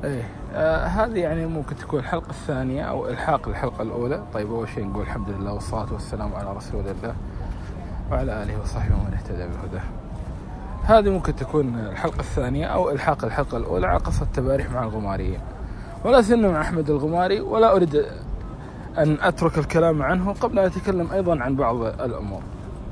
ايه هذه يعني ممكن تكون الحلقة الثانية أو إلحاق الحلقة الأولى. طيب أول شيء نقول الحمد لله والصلاة والسلام على رسول الله وعلى آله وصحبه ومن اهتدى بهداه. هذه ممكن تكون الحلقة الثانية أو إلحاق الحلقة الأولى على قصة تباريح مع الغماريين، ولا زلنا مع أحمد الغماري، ولا أريد أن أترك الكلام عنه قبل أن أتكلم أيضا عن بعض الأمور.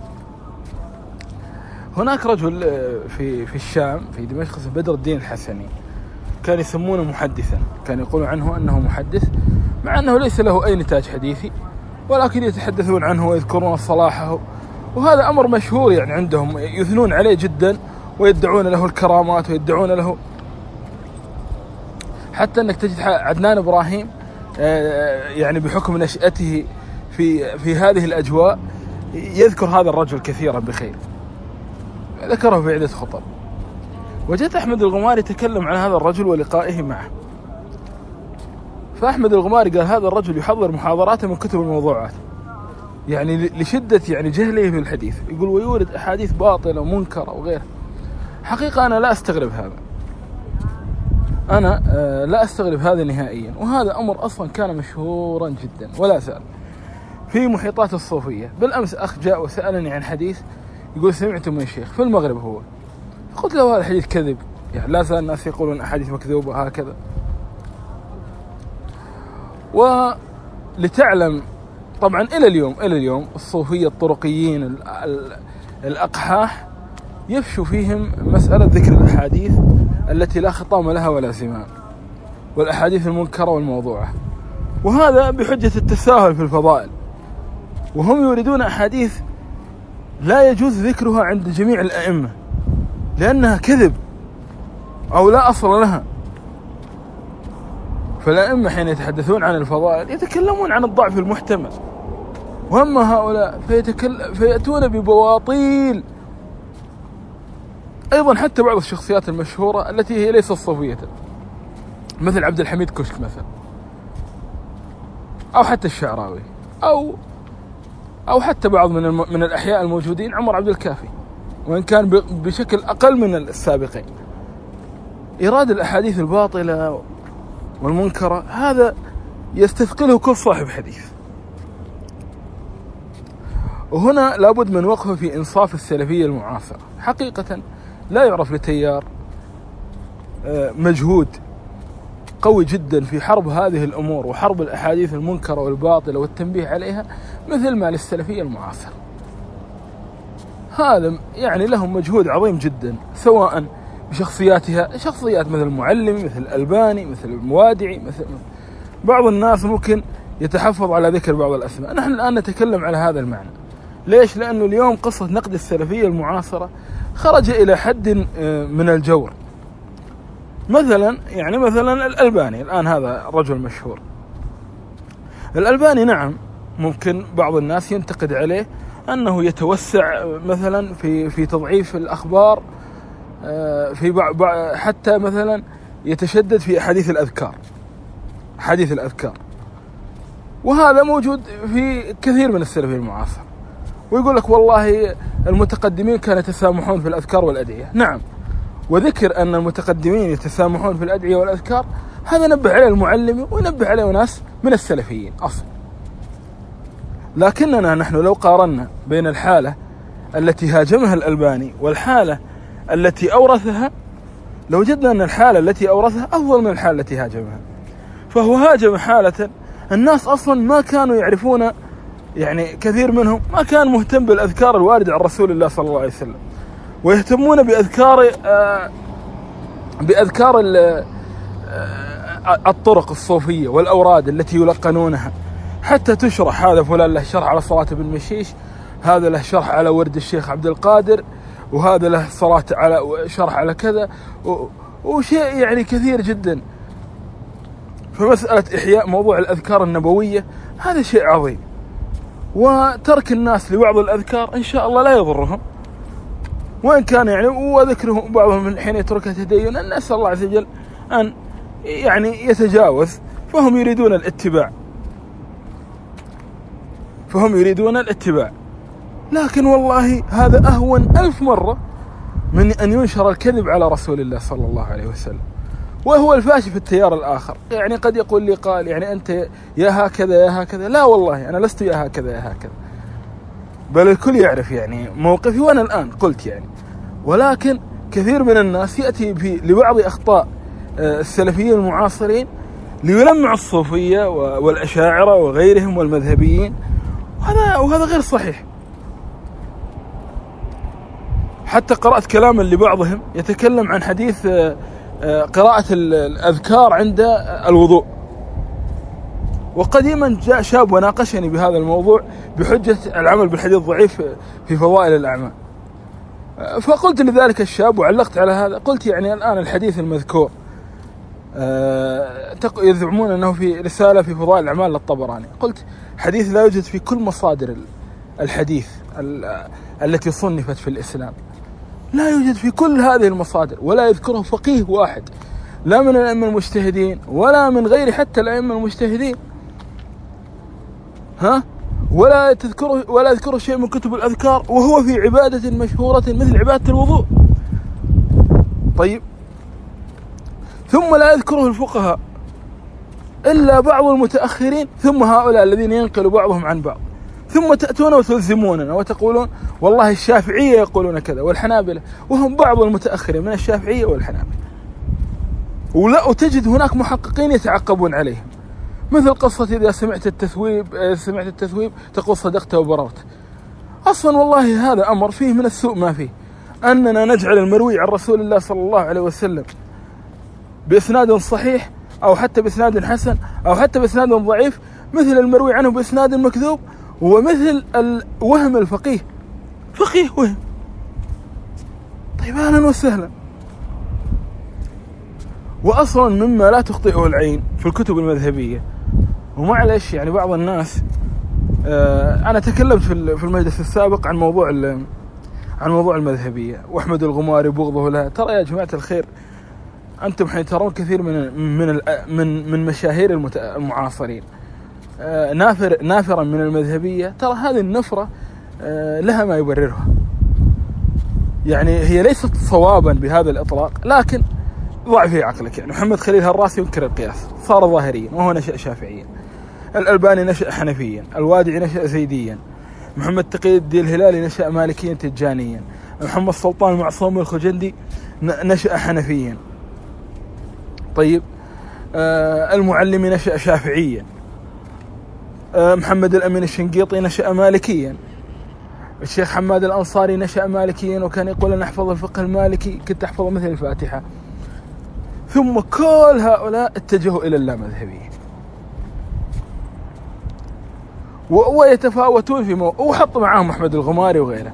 هناك رجل في الشام في دمشق اسمه بدر الدين الحسني، كان يسمونه محدثا، كان يقولون عنه أنه محدث مع أنه ليس له أي نتاج حديثي، ولكن يتحدثون عنه ويذكرون صلاحه، وهذا أمر مشهور يعني عندهم، يثنون عليه جدا ويدعون له الكرامات ويدعون له، حتى أنك تجد عدنان إبراهيم يعني بحكم نشأته في هذه الأجواء يذكر هذا الرجل كثيرا بخير، ذكره في عدة خطب. وجدت أحمد الغماري يتكلم عن هذا الرجل ولقائه معه، فأحمد الغماري قال هذا الرجل يحضر محاضراته من كتب الموضوعات، يعني لشدة يعني جهله في الحديث، يقول ويورد أحاديث باطلة ومنكرة وغيرها. حقيقة أنا لا أستغرب هذا، أنا لا أستغرب هذا نهائيا، وهذا أمر أصلا كان مشهورا جدا ولا زال في محيطات الصوفية. بالأمس أخ جاء وسألني عن حديث، يقول سمعته من الشيخ في المغرب، هو قلت له هذا الحديث كذب، يعني لا زال الناس يقولون أحاديث مكذوبة هكذا. ولتعلم طبعا إلى اليوم الصوفية الطرقيين الأقحاح يفشوا فيهم مسألة ذكر الأحاديث التي لا خطام لها ولا زمام، والأحاديث المنكرة والموضوعة، وهذا بحجة التساهل في الفضائل، وهم يريدون أحاديث لا يجوز ذكرها عند جميع الأئمة لأنها كذب أو لا أصل لها. فالأئمة حين يتحدثون عن الفضائل يتكلمون عن الضعف المحتمل، وأما هؤلاء فيأتون ببواطيل. أيضا حتى بعض الشخصيات المشهورة التي هي ليست صوفية، مثل عبد الحميد كشك مثلا، أو حتى الشعراوي، أو حتى بعض من الأحياء الموجودين، عمر عبد الكافي، وإن كان بشكل أقل من السابقين. إيراد الأحاديث الباطلة والمنكرة هذا يستثقله كل صاحب حديث. وهنا لابد من وقفه في إنصاف السلفية المعاصرة. حقيقة لا يعرف لتيار مجهود قوي جدا في حرب هذه الأمور وحرب الأحاديث المنكرة والباطلة والتنبيه عليها مثل ما للسلفية المعاصرة. هذا يعني لهم مجهود عظيم جدا، سواء بشخصياتها، شخصيات مثل المعلمي، مثل الألباني، مثل الموادعي، مثل بعض الناس ممكن يتحفظ على ذكر بعض الأسماء. نحن الآن نتكلم على هذا المعنى. ليش؟ لأنه اليوم قصة نقد السلفية المعاصرة خرج إلى حد من الجور. مثلا الألباني الآن، هذا رجل مشهور. الألباني نعم ممكن بعض الناس ينتقد عليه أنه يتوسع مثلا في تضعيف الأخبار، حتى مثلا يتشدد في حديث الأذكار، وهذا موجود في كثير من السلفية المعاصرة. ويقول لك والله المتقدمين كانوا يتسامحون في الأذكار والأدعية. نعم، وذكر أن المتقدمين يتسامحون في الأدعية والأذكار هذا نبه عليه المعلمي ونبه عليه ناس من السلفيين أصلا. لكننا نحن لو قارنا بين الحالة التي هاجمها الألباني والحالة التي أورثها، لوجدنا أن الحالة التي أورثها أفضل من الحالة التي هاجمها. فهو هاجم حالة الناس أصلا ما كانوا يعرفون، يعني كثير منهم ما كان مهتم بالأذكار الواردة عن رسول الله صلى الله عليه وسلم، ويهتمون بأذكار الطرق الصوفية والأوراد التي يلقنونها، حتى تشرح. هذا فلان له شرح على صلاة ابن مشيش، هذا له شرح على ورد الشيخ عبد القادر، وهذا له صلاة على شرح على كذا، وشيء يعني كثير جدا. فمسألة إحياء موضوع الأذكار النبوية هذا شيء عظيم، وترك الناس لبعض الأذكار إن شاء الله لا يضرهم، وإن كان يعني وذكرهم بعضهم من حين يتركها تدينا، نسأل الله عز وجل أن يعني يتجاوز، فهم يريدون الاتباع. لكن والله هذا أهون 1000 مرة من أن ينشر الكذب على رسول الله صلى الله عليه وسلم. وهو الفاشل في التيار الآخر. يعني قد يقول لي قال يعني أنت يا هكذا يا هكذا، لا والله أنا لست يا هكذا يا هكذا، بل الكل يعرف يعني موقفي، وأنا الآن قلت يعني. ولكن كثير من الناس يأتي لبعض أخطاء السلفيين المعاصرين ليلمع الصوفية والأشاعرة وغيرهم والمذهبيين، وهذا غير صحيح. حتى قرأت كلاما لبعضهم يتكلم عن حديث قراءة الأذكار عند الوضوء، وقديما جاء شاب وناقشني بهذا الموضوع بحجة العمل بالحديث الضعيف في فضائل الأعمال. فقلت لذلك الشاب وعلقت على هذا، قلت يعني الآن الحديث المذكور يزعمون أنه في رسالة في فضائل الأعمال للطبراني، قلت حديث لا يوجد في كل مصادر الحديث التي صنفت في الإسلام، لا يوجد في كل هذه المصادر، ولا يذكره فقيه واحد لا من الأئمة المجتهدين ولا من غير حتى الأئمة المجتهدين، ولا يذكره شيء من كتب الأذكار، وهو في عبادة مشهورة مثل عبادة الوضوء. طيب، ثم لا يذكره الفقهاء إلا بعض المتأخرين، ثم هؤلاء الذين ينقل بعضهم عن بعض، ثم تأتون وتلزموننا وتقولون والله الشافعية يقولون كذا والحنابلة، وهم بعض المتأخرين من الشافعية والحنابلة. وتجد هناك محققين يتعقبون عليهم، مثل قصة إذا سمعت التثويب تقول صدقت وبررت. أصلا والله هذا أمر فيه من السوء ما فيه، أننا نجعل المروي عن رسول الله صلى الله عليه وسلم بإسناد صحيح أو حتى بإسناد حسن أو حتى بإسناد ضعيف مثل المروي عنه بإسناد مكذوب، ومثل وهم الفقيه، فقيه وهم. طيب أهلا وسهلا. وأصلا مما لا تخطئه العين في الكتب المذهبية، ومعلش يعني بعض الناس أنا تكلمت في المجلس السابق عن موضوع المذهبية وأحمد الغماري بغضه لها. ترى يا جماعة الخير، أنتم حين ترون كثير من مشاهير المعاصرين نافرا من المذهبية، ترى هذه النفرة لها ما يبررها، يعني هي ليست صوابا بهذا الإطلاق، لكن ضع في عقلك. يعني محمد خليل هالراسي ينكر القياس، صار ظاهريا وهو نشأ شافعيا، الألباني نشأ حنفيا، الوادعي نشأ زيديا، محمد تقي الدين الهلالي نشأ مالكيا تجانيا، محمد سلطان المعصوم الخجندي نشأ حنفيا. طيب، المعلمي نشأ شافعيا، محمد الأمين الشنقيطي نشأ مالكيا، الشيخ حماد الأنصاري نشأ مالكيا وكان يقول أن أحفظ الفقه المالكي كنت أحفظ مثل الفاتحة. ثم كل هؤلاء اتجهوا إلى اللامذهبية ويتفاوتون في وحط معهم أحمد الغماري وغيره.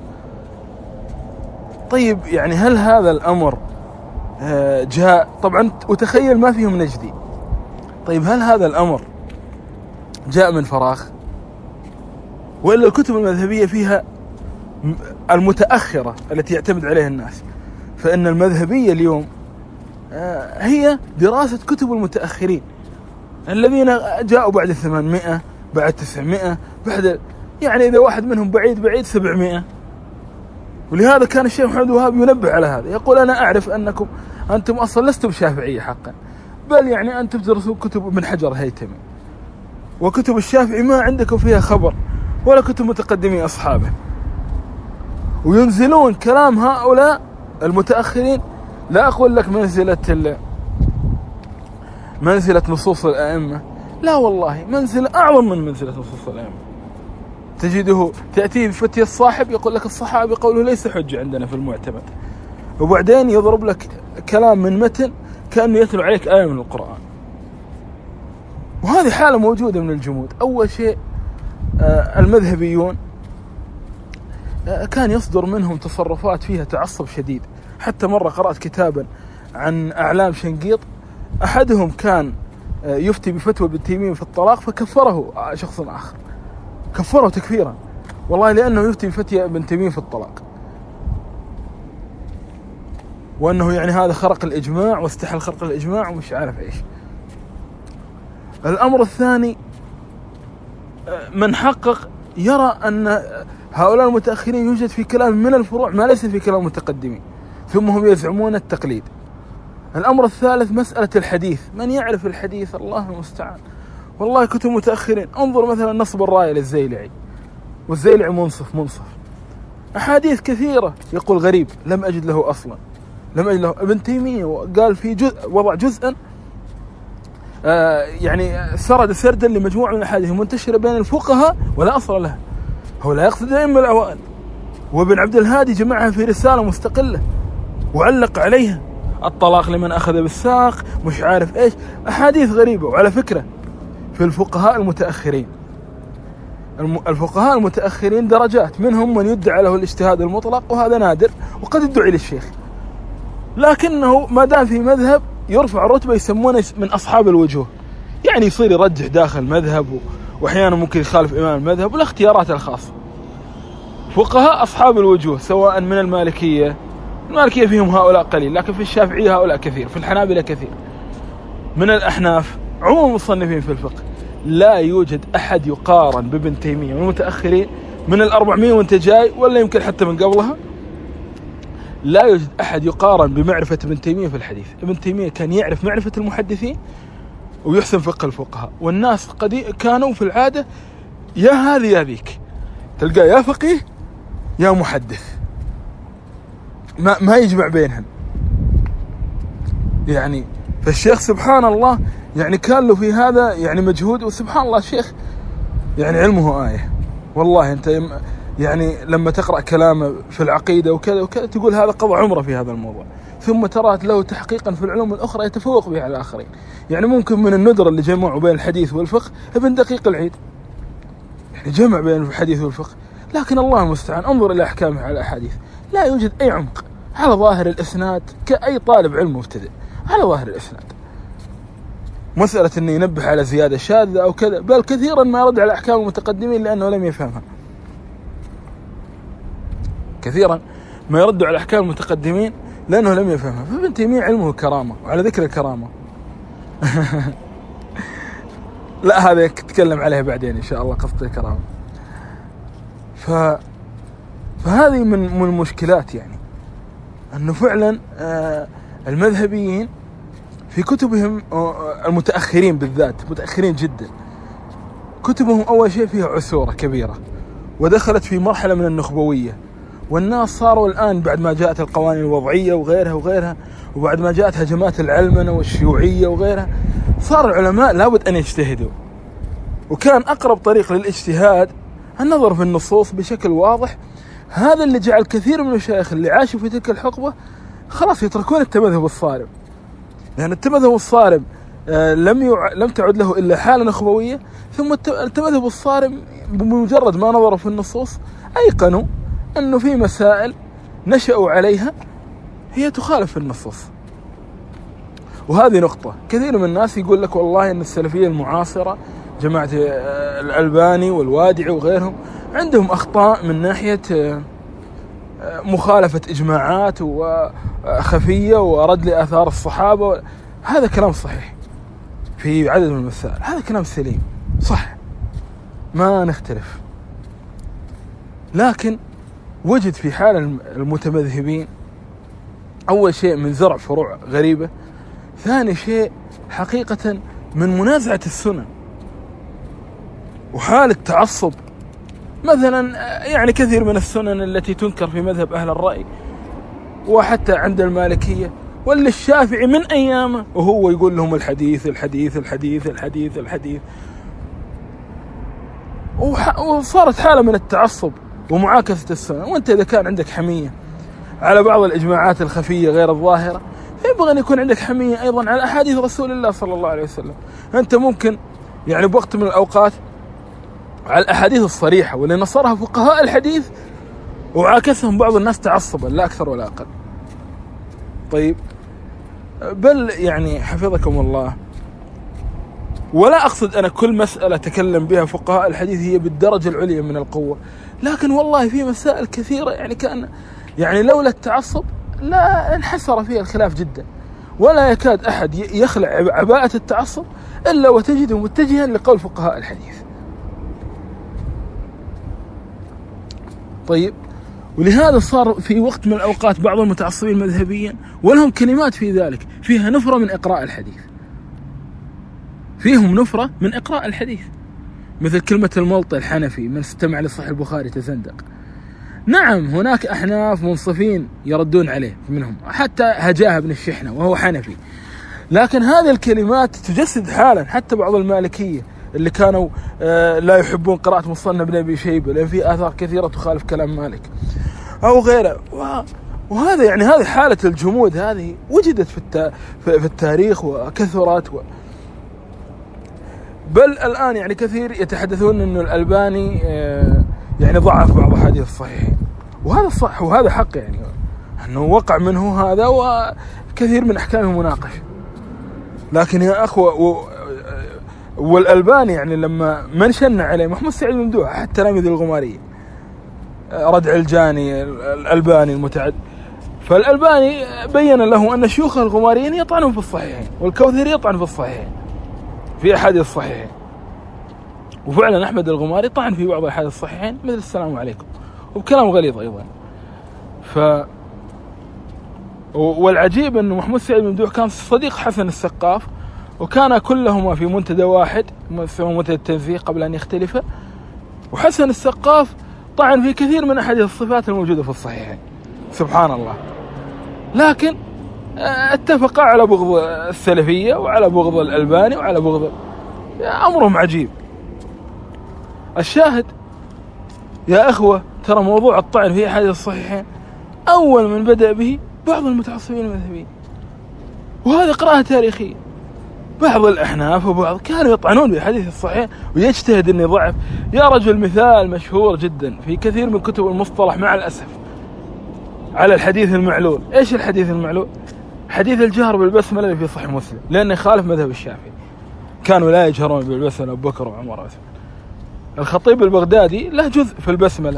طيب يعني هل هذا الأمر جاء طبعا وتخيل ما فيهم نجدي؟ طيب هل هذا الأمر جاء من فراغ؟ وإلا الكتب المذهبية فيها المتأخرة التي يعتمد عليها الناس، فإن المذهبية اليوم هي دراسة كتب المتأخرين الذين جاءوا بعد 800 بعد 900 بعد، يعني إذا واحد منهم بعيد 700. ولهذا كان الشيخ محمد الوهاب ينبه على هذا، يقول أنا أعرف أنتم أصلا لستم شافعية حقا، بل يعني أنتم تدرسون كتب ابن حجر الهيثمي، وكتب الشافعي ما عندكم فيها خبر ولا كتب متقدمي أصحابه، وينزلون كلام هؤلاء المتأخرين. لا أقول لك منزلة نصوص الأئمة، لا والله منزلة أعظم من منزلة نصوص الأئمة. تجده تأتي بفتية الصاحب يقول لك الصحابي قوله ليس حجة عندنا في المعتمد، وبعدين يضرب لك كلام من متن كأنه يتلو عليك آية من القرآن. وهذه حالة موجودة من الجمود. أول شيء المذهبيون كان يصدر منهم تصرفات فيها تعصب شديد. حتى مرة قرأت كتابا عن أعلام شنقيط، أحدهم كان يفتي بفتوى ابن تيمية في الطلاق فكفره شخص آخر، كفره تكفيرا والله لأنه يفتي بفتوى ابن تيمية في الطلاق، وأنه يعني هذا خرق الإجماع واستحل خرق الإجماع ومش عارف إيش. الأمر الثاني، من حقق يرى أن هؤلاء المتأخرين يوجد في كلام من الفروع ما ليس في كلام المتقدمين، ثم هم يزعمون التقليد. الأمر الثالث مسألة الحديث. من يعرف الحديث الله المستعان. والله كتب متأخرين، انظر مثلا نصب الراية للزيلعي، والزيلعي منصف أحاديث كثيرة يقول غريب لم أجد له أصلا، لم أجد له. ابن تيمية قال في وضع جزءا يعني سرد سردا لمجموعة من الأحاديث منتشرة بين الفقهاء ولا أصل لها، هو لا يقصد الأئمة الأوائل. وابن عبد الهادي جمعها في رسالة مستقلة وعلق عليها، الطلاق لمن أخذ بالساق، مش عارف إيش، أحاديث غريبة. وعلى فكرة في الفقهاء المتأخرين، الفقهاء المتأخرين درجات، منهم من يدعى له الاجتهاد المطلق وهذا نادر، وقد يدعي للشيخ، لكنه ما دام في مذهب يرفع رتبة يسمونه من أصحاب الوجوه، يعني يصير يرجح داخل مذهب وأحيانا ممكن يخالف إمام المذهب والاختيارات الخاصة. فقهاء أصحاب الوجوه سواء من المالكية فيهم هؤلاء قليل، لكن في الشافعية هؤلاء كثير، في الحنابلة كثير، من الأحناف، عموم المصنفين في الفقه لا يوجد أحد يقارن بابن تيمية من المتأخرين من 400 وانت جاي، ولا يمكن حتى من قبلها. لا يوجد أحد يقارن بمعرفة ابن تيمية في الحديث. ابن تيمية كان يعرف معرفة المحدثين ويحسن فقه الفقهاء، والناس كانوا في العادة يا هذه يا ذيك، تلقى يا فقيه يا محدث، ما يجمع بينهم يعني. فالشيخ سبحان الله يعني كان له في هذا يعني مجهود، وسبحان الله الشيخ يعني علمه آية والله. أنت يعني لما تقرأ كلامه في العقيدة وكذا وكذا تقول هذا قضى عمره في هذا الموضوع، ثم ترى له تحقيقا في العلوم الأخرى يتفوق به على الآخرين. يعني ممكن من الندرة اللي جمعوا بين الحديث والفقه ابن دقيق العيد، يعني جمع بين الحديث والفقه، لكن الله المستعان انظر إلى أحكامه على الأحاديث لا يوجد أي عمق، على ظاهر الإسناد كأي طالب علم مبتدئ، على ظاهر الإسناد. مسألة أنه ينبه على زيادة شاذة أو كذا، بل كثيرا ما يرد على أحكام المتقدمين لأنه لم يفهمها، كثيرا ما يرد على أحكام المتقدمين لأنه لم يفهمها. فابن تيمية علمه كرامة. وعلى ذكر الكرامة لا هذا تتكلم عليه بعدين إن شاء الله، قصة الكرامة. فهذه من المشكلات، يعني أنه فعلا المذهبيين في كتبهم المتأخرين بالذات، متأخرين جدا، كتبهم أول شيء فيها عثورة كبيرة، ودخلت في مرحلة من النخبوية، والناس صاروا الآن بعد ما جاءت القوانين الوضعية وغيرها وبعد ما جاءت هجمات العلمنة والشيوعية وغيرها، صار العلماء لابد أن يجتهدوا. وكان أقرب طريق للاجتهاد النظر في النصوص بشكل واضح. هذا اللي جعل كثير من المشايخ اللي عاشوا في تلك الحقبة خلاص يتركون التمذهب الصارم، لأن التمذهب الصارم لم تعد له إلا حالة نخبوية. ثم التمذهب الصارم بمجرد ما نظروا في النصوص أيقنوا أنه في مسائل نشأوا عليها هي تخالف في النصوص. وهذه نقطة كثير من الناس يقول لك والله أن السلفية المعاصرة جماعة الألباني والوادعي وغيرهم عندهم أخطاء من ناحية مخالفة إجماعات وخفية ورد لآثار الصحابة. هذا كلام صحيح في عدد من المسائل، هذا كلام سليم صح، ما نختلف. لكن وجد في حال المتمذهبين أول شيء من زرع فروع غريبة، ثاني شيء حقيقة من منازعة السنن وحالة تعصب. مثلا يعني كثير من السنن التي تنكر في مذهب أهل الرأي وحتى عند المالكية واللي الشافعي من أيامه وهو يقول لهم الحديث الحديث الحديث الحديث الحديث، وصارت حالة من التعصب ومعاكسة السنن. وانت إذا كان عندك حمية على بعض الإجماعات الخفية غير الظاهرة، فيبغى أن يكون عندك حمية أيضا على أحاديث رسول الله صلى الله عليه وسلم. أنت ممكن يعني بوقت من الأوقات على الأحاديث الصريحة واللي نصرها فقهاء الحديث وعاكسهم بعض الناس تعصبا لا أكثر ولا أقل. طيب بل يعني حفظكم الله، ولا أقصد أنا كل مسألة تكلم بها فقهاء الحديث هي بالدرجة العليا من القوة، لكن والله في مسائل كثيرة يعني كان يعني لولا التعصب لا انحسر فيها الخلاف جدا، ولا يكاد أحد يخلع عباءة التعصب إلا وتجده متجها لقول فقهاء الحديث. طيب ولهذا صار في وقت من الأوقات بعض المتعصبين مذهبيا ولهم كلمات في ذلك فيها نفرة من إقراء الحديث، فيهم نفرة من إقراء الحديث، مثل كلمة الملطي الحنفي من استمع لصحيح البخاري تزندق. نعم هناك أحناف منصفين يردون عليه منهم، حتى هجاه ابن الشحنة وهو حنفي، لكن هذه الكلمات تجسد حالا حتى بعض المالكية اللي كانوا لا يحبون قراءة مصنف ابن أبي شيبة لأن في آثار كثيرة تخالف كلام مالك أو غيره. وهذا يعني هذه حالة الجمود هذه وجدت في التاريخ وكثرت بل الآن يعني كثير يتحدثون أنه الألباني يعني ضعف بعض أحاديث الصحيحين، وهذا صح وهذا حق، يعني أنه وقع منه هذا وكثير من أحكامه مناقش. لكن يا أخوة والألباني يعني لما من شن عليه محمود سعيد ممدوح حتى تلاميذ الغمارية ردع الجاني الألباني المتعد، فالألباني بين له أن شيوخ الغماريين يطعنون في الصحيحين والكوثري يطعن في الصحيحين في أحاديث الصحيحين، وفعلا أحمد الغماري طعن في بعض أحاديث الصحيحين مثل السلام عليكم وبكلام غليظ أيضا. والعجيب أن محمود سعيد ممدوح كان صديق حسن السقاف، وكان كلهما في منتدى واحد اسمه منتدى التنزيه قبل أن يختلفا، وحسن السقاف طعن في كثير من أحاديث الصفات الموجودة في الصحيحين سبحان الله، لكن اتفقا على بغض السلفية وعلى بغض الألباني وعلى بغض أمرهم عجيب. الشاهد يا أخوة ترى موضوع الطعن في أحاديث الصحيحين أول من بدأ به بعض المتعصبين المذهبيين، وهذه قراءة تاريخية. بعض الأحناف وبعض كانوا يطعنون بحديث الصحيح ويجتهد أن يضعف. يا رجل مثال مشهور جدا في كثير من كتب المصطلح مع الأسف على الحديث المعلول. إيش الحديث المعلول؟ حديث الجهر بالبسملة اللي في صحيح مسلم، لأنه يخالف مذهب الشافعي، كانوا لا يجهرون بالبسملة أبو بكر وعمر. الخطيب البغدادي له جزء في البسملة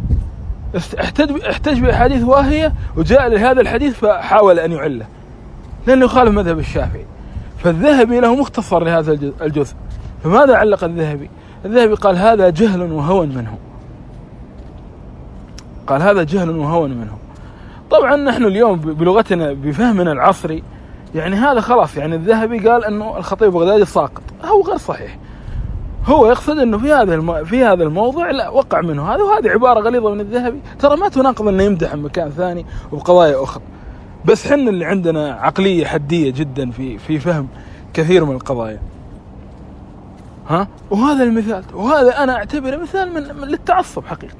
احتج بأحاديث واهية وجاء لهذا الحديث فحاول أن يعله لأنه يخالف مذهب الشافعي، فالذهبي له مختصر لهذا الجزء. فماذا علق الذهبي؟ الذهبي قال هذا جهل وهوى منه، قال هذا جهل وهوى منه. طبعا نحن اليوم بلغتنا بفهمنا العصري يعني هذا خلاص، يعني الذهبي قال أنه الخطيب البغدادي ساقط، هو غير صحيح، هو يقصد أنه في هذا الموضوع لا وقع منه هذا، وهذه عبارة غليظة من الذهبي ترى ما تناقض أنه يمدح مكان ثاني وبقضايا أخرى، بس حنا اللي عندنا عقلية حدية جدا في فهم كثير من القضايا. وهذا المثال، وهذا أنا أعتبره مثال من للتعصب حقيقة.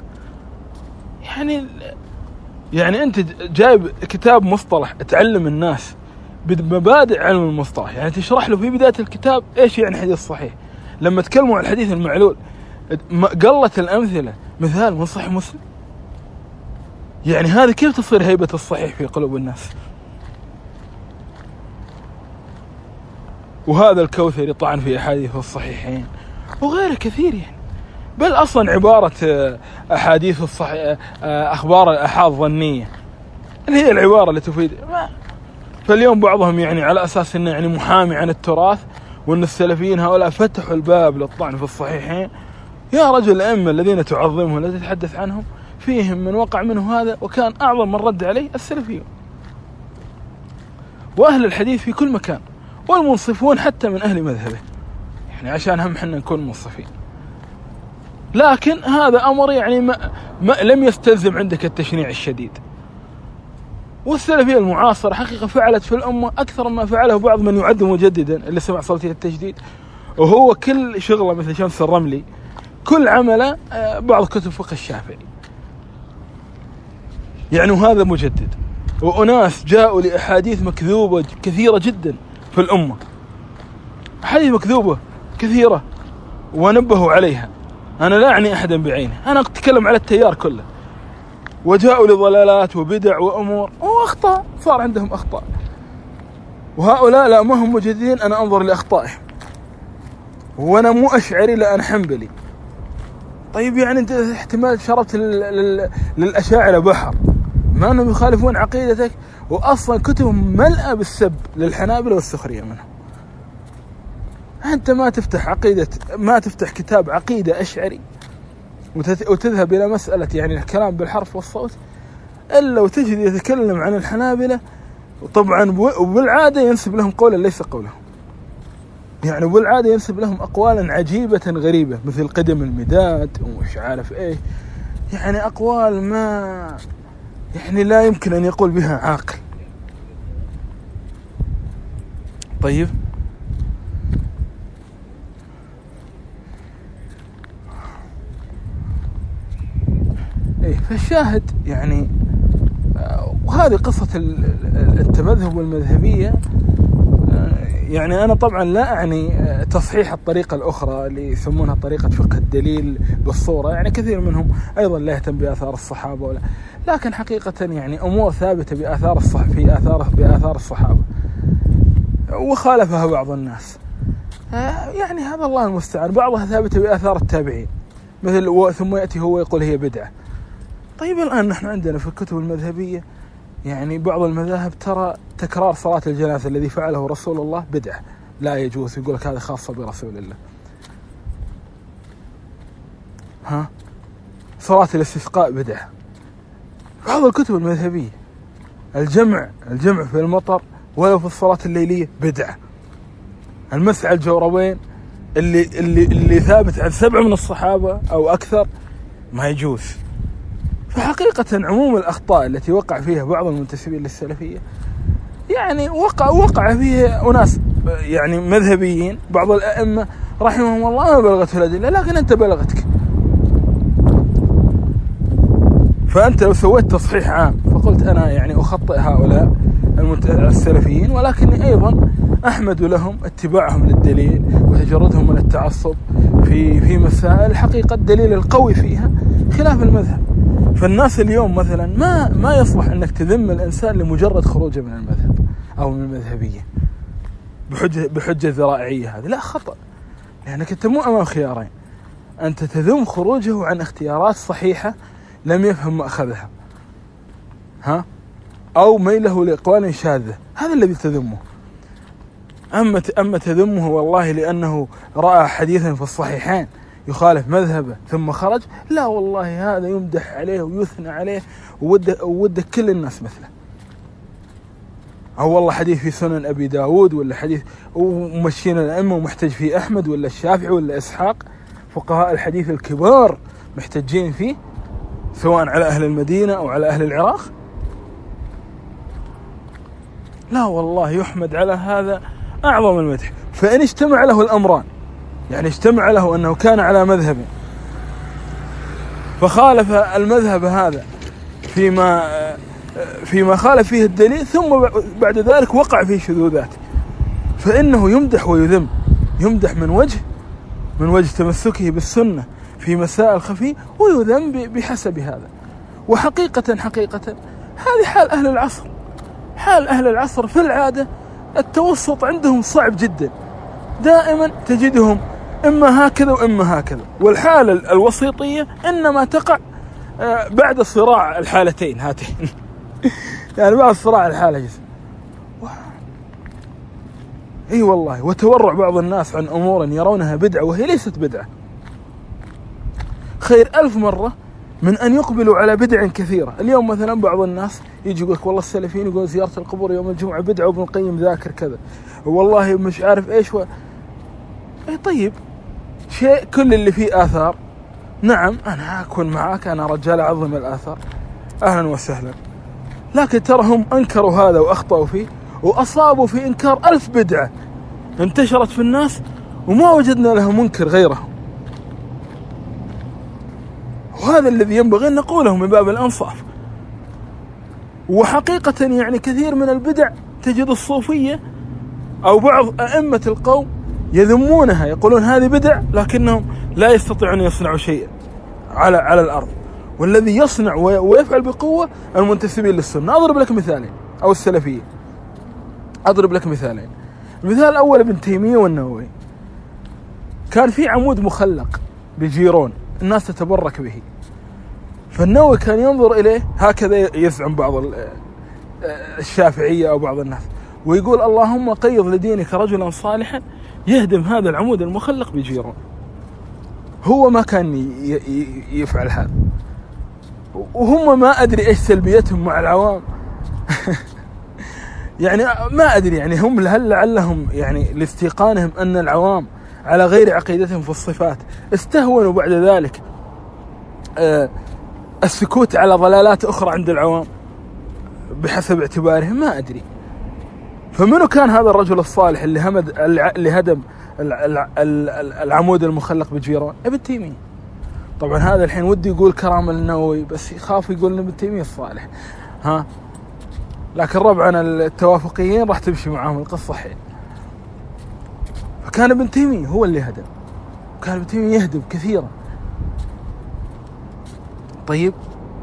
يعني أنت جايب كتاب مصطلح تعلم الناس بمبادئ علم المصطلح، يعني تشرح له في بداية الكتاب إيش يعني حديث صحيح. لما تكلموا عن الحديث المعلول قلت الأمثلة مثال من صحيح مسلم، يعني هذا كيف تصير هيبة الصحيح في قلوب الناس؟ وهذا الكوثري طعن في أحاديث الصحيحين وغيره كثير يعني. بل أصلا عبارة أحاديث الصحيح أخبار الأحاد ظنية اللي هي العبارة اللي تفيد فاليوم بعضهم يعني على أساس أنه يعني محامي عن التراث وأن السلفيين هؤلاء فتحوا الباب للطعن في الصحيحين. يا رجل الأئمة الذين تعظمهم الذي تتحدث عنهم فيهم من وقع منه هذا، وكان أعظم من رد عليه السلفيون وأهل الحديث في كل مكان، والمنصفون حتى من أهل مذهبه، يعني عشان هم حنا نكون منصفين. لكن هذا أمر يعني ما لم يستلزم عندك التشنيع الشديد. والسلفية المعاصرة حقيقة فعلت في الأمة أكثر ما فعله بعض من يعد مجددا اللي سمع صوتية التجديد، وهو كل شغله مثل شمس الرملي كل عمله بعض كتب فقه الشافعي، يعني وهذا مجدد. وأناس جاءوا لأحاديث مكذوبة كثيرة جدا في الأمة، أحاديث مكذوبة كثيرة ونبهوا عليها. أنا لا أعني أحدا بعينه، أنا أتكلم على التيار كله، وجاءوا لضلالات وبدع وأمور وأخطاء، صار عندهم أخطاء، وهؤلاء لا ما هم مجددين، أنا أنظر لأخطائهم، وأنا مو أشعري لا أنا حنبلي. طيب يعني أنت احتمال شربت للأشاعرة بحر ما أنهم يخالفون عقيدتك، وأصلا كتبهم ملأة بالسب للحنابلة والسخرية منهم. أنت ما تفتح كتاب عقيدة أشعري وتذهب إلى مسألة يعني الكلام بالحرف والصوت، إلا وتجد يتكلم عن الحنابلة، وطبعا وبالعادة ينسب لهم قولا ليس قولهم، يعني بالعادة ينسب لهم أقوالا عجيبة غريبة مثل قدم المداد ومش عارف إيه، يعني أقوال ما يعني لا يمكن أن يقول بها عاقل. طيب إيه، فالشاهد يعني وهذه قصة التمذهب والمذهبية. يعني أنا طبعا لا أعني تصحيح الطريقة الأخرى اللي يسمونها طريقة فقه الدليل بالصورة، يعني كثير منهم أيضا لا يهتم بآثار الصحابة ولا، لكن حقيقة يعني أمور ثابتة بآثار بآثار الصحابة وخالفها بعض الناس، يعني هذا الله المستعان. بعضها ثابتة بآثار التابعين مثل ثم يأتي هو يقول هي بدعة. طيب الآن نحن عندنا في الكتب المذهبية يعني بعض المذاهب ترى تكرار صلاة الجنازة الذي فعله رسول الله بدعة لا يجوز، يقول لك هذا خاصة برسول الله. صلاة الاستسقاء بدعة. بعض الكتب المذهبية الجمع في المطر ولو في الصلاة الليلية بدعة. المسح على الجوربين اللي ثابت عن 7 من الصحابة أو أكثر ما يجوز. فحقيقة عموم الأخطاء التي وقع فيها بعض المنتسبين للسلفية يعني وقع فيها أناس يعني مذهبيين، بعض الأئمة رحمهم الله ما بلغته الأدلة، لكن أنت بلغتك. فأنت لو سويت تصحيح عام فقلت أنا يعني أخطئ هؤلاء السلفيين، ولكني أيضا أحمد لهم اتباعهم للدليل وتجردهم من التعصب في مسائل الحقيقة الدليل القوي فيها خلاف المذهب. فالناس اليوم مثلا ما يصلح أنك تذم الإنسان لمجرد خروجه من المذهب أو من المذهبية بحجة ذرائعية، هذا لا، خطأ، لأنك أنت مو أمام خيارين، أنت تذم خروجه عن اختيارات صحيحة لم يفهم مأخذها أو ميله لأقوال شاذة، هذا الذي تذمه. أما تذمه والله لأنه رأى حديثا في الصحيحين يخالف مذهبه ثم خرج، لا والله هذا يمدح عليه ويثنى عليه وودك كل الناس مثله. أو والله حديث في سنن أبي داود، ولا حديث ومشين الأئمة ومحتج فيه أحمد ولا الشافعي ولا إسحاق، فقهاء الحديث الكبار محتجين فيه سواء على أهل المدينة أو على أهل العراق. لا والله يحمد على هذا أعظم المدح. فإن اجتمع له الأمران، يعني اجتمع له أنه كان على مذهب فخالف المذهب هذا فيما خالف فيه الدليل، ثم بعد ذلك وقع فيه شذوذات، فإنه يمدح ويذم. يمدح من وجه تمسكه بالسنة في مسائل خفية، ويذم بحسب هذا. وحقيقة هذه حال أهل العصر. حال أهل العصر في العادة التوسط عندهم صعب جدا، دائما تجدهم إما هكذا وإما هكذا، والحالة الوسيطية إنما تقع بعد صراع الحالتين هاتين يعني بعد صراع الحالة جسم. اي والله. وتورع بعض الناس عن أمور يرونها بدعة وهي ليست بدعة خير 1000 مرة من أن يقبلوا على بدع كثيرة. اليوم مثلا بعض الناس يجي يقولك والله السلفيين يقول زيارة القبور يوم الجمعة بدعة وابن القيم ذاكر كذا، والله مش عارف ايش اي طيب، شيء كل اللي فيه آثار، نعم أنا أكون معك، أنا رجال أعظم الآثار، أهلا وسهلا، لكن ترى هم أنكروا هذا وأخطأوا فيه وأصابوا في إنكار 1000 بدعة انتشرت في الناس وما وجدنا لها منكر غيره. وهذا الذي ينبغي أن نقوله من باب الأنصاف. وحقيقة يعني كثير من البدع تجد الصوفية أو بعض أئمة القوم يذمونها، يقولون هذه بدع، لكنهم لا يستطيعون يصنعوا شيئا على الأرض، والذي يصنع ويفعل بقوة المنتسبين للسنة. أضرب لك مثالين، أو السلفية، أضرب لك مثالين. المثال الأول ابن تيمية والنووي. كان في عمود مخلق بجيرون الناس تتبرك به، فالنووي كان ينظر إليه هكذا، يزعم بعض الشافعية أو بعض الناس، ويقول اللهم قيض لدينك رجلا صالحا يهدم هذا العمود المخلق بجيرون. هو ما كان يفعل هذا، وهم ما أدري إيش سلبيتهم مع العوام. يعني ما أدري، يعني هم هل لعلهم يعني لاستيقانهم أن العوام على غير عقيدتهم في الصفات استهونوا بعد ذلك السكوت على ضلالات أخرى عند العوام بحسب اعتبارهم، ما أدري. فمنو كان هذا الرجل الصالح اللي هدم العمود المخلق بجيران؟ ابن تيمية. طبعا هذا الحين ودي يقول كرام النووي، بس يخاف يقول ابن تيمية الصالح، ها، لكن ربعنا التوافقيين راح تمشي معاهم القصة حين. فكان ابن تيمية هو اللي هدم، كان ابن تيمية يهدم كثيرا. طيب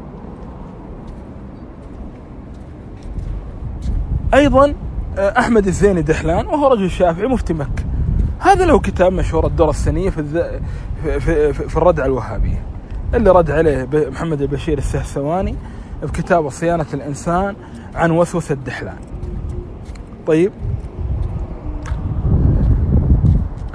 أيضا أحمد الزيني دحلان، وهو رجل شافعي مفتي مكة، هذا له كتاب مشهور الدرة السنية في الرد على الوهابية، اللي رد عليه محمد البشير السهسواني بكتاب صيانة الإنسان عن وسوسة دحلان. طيب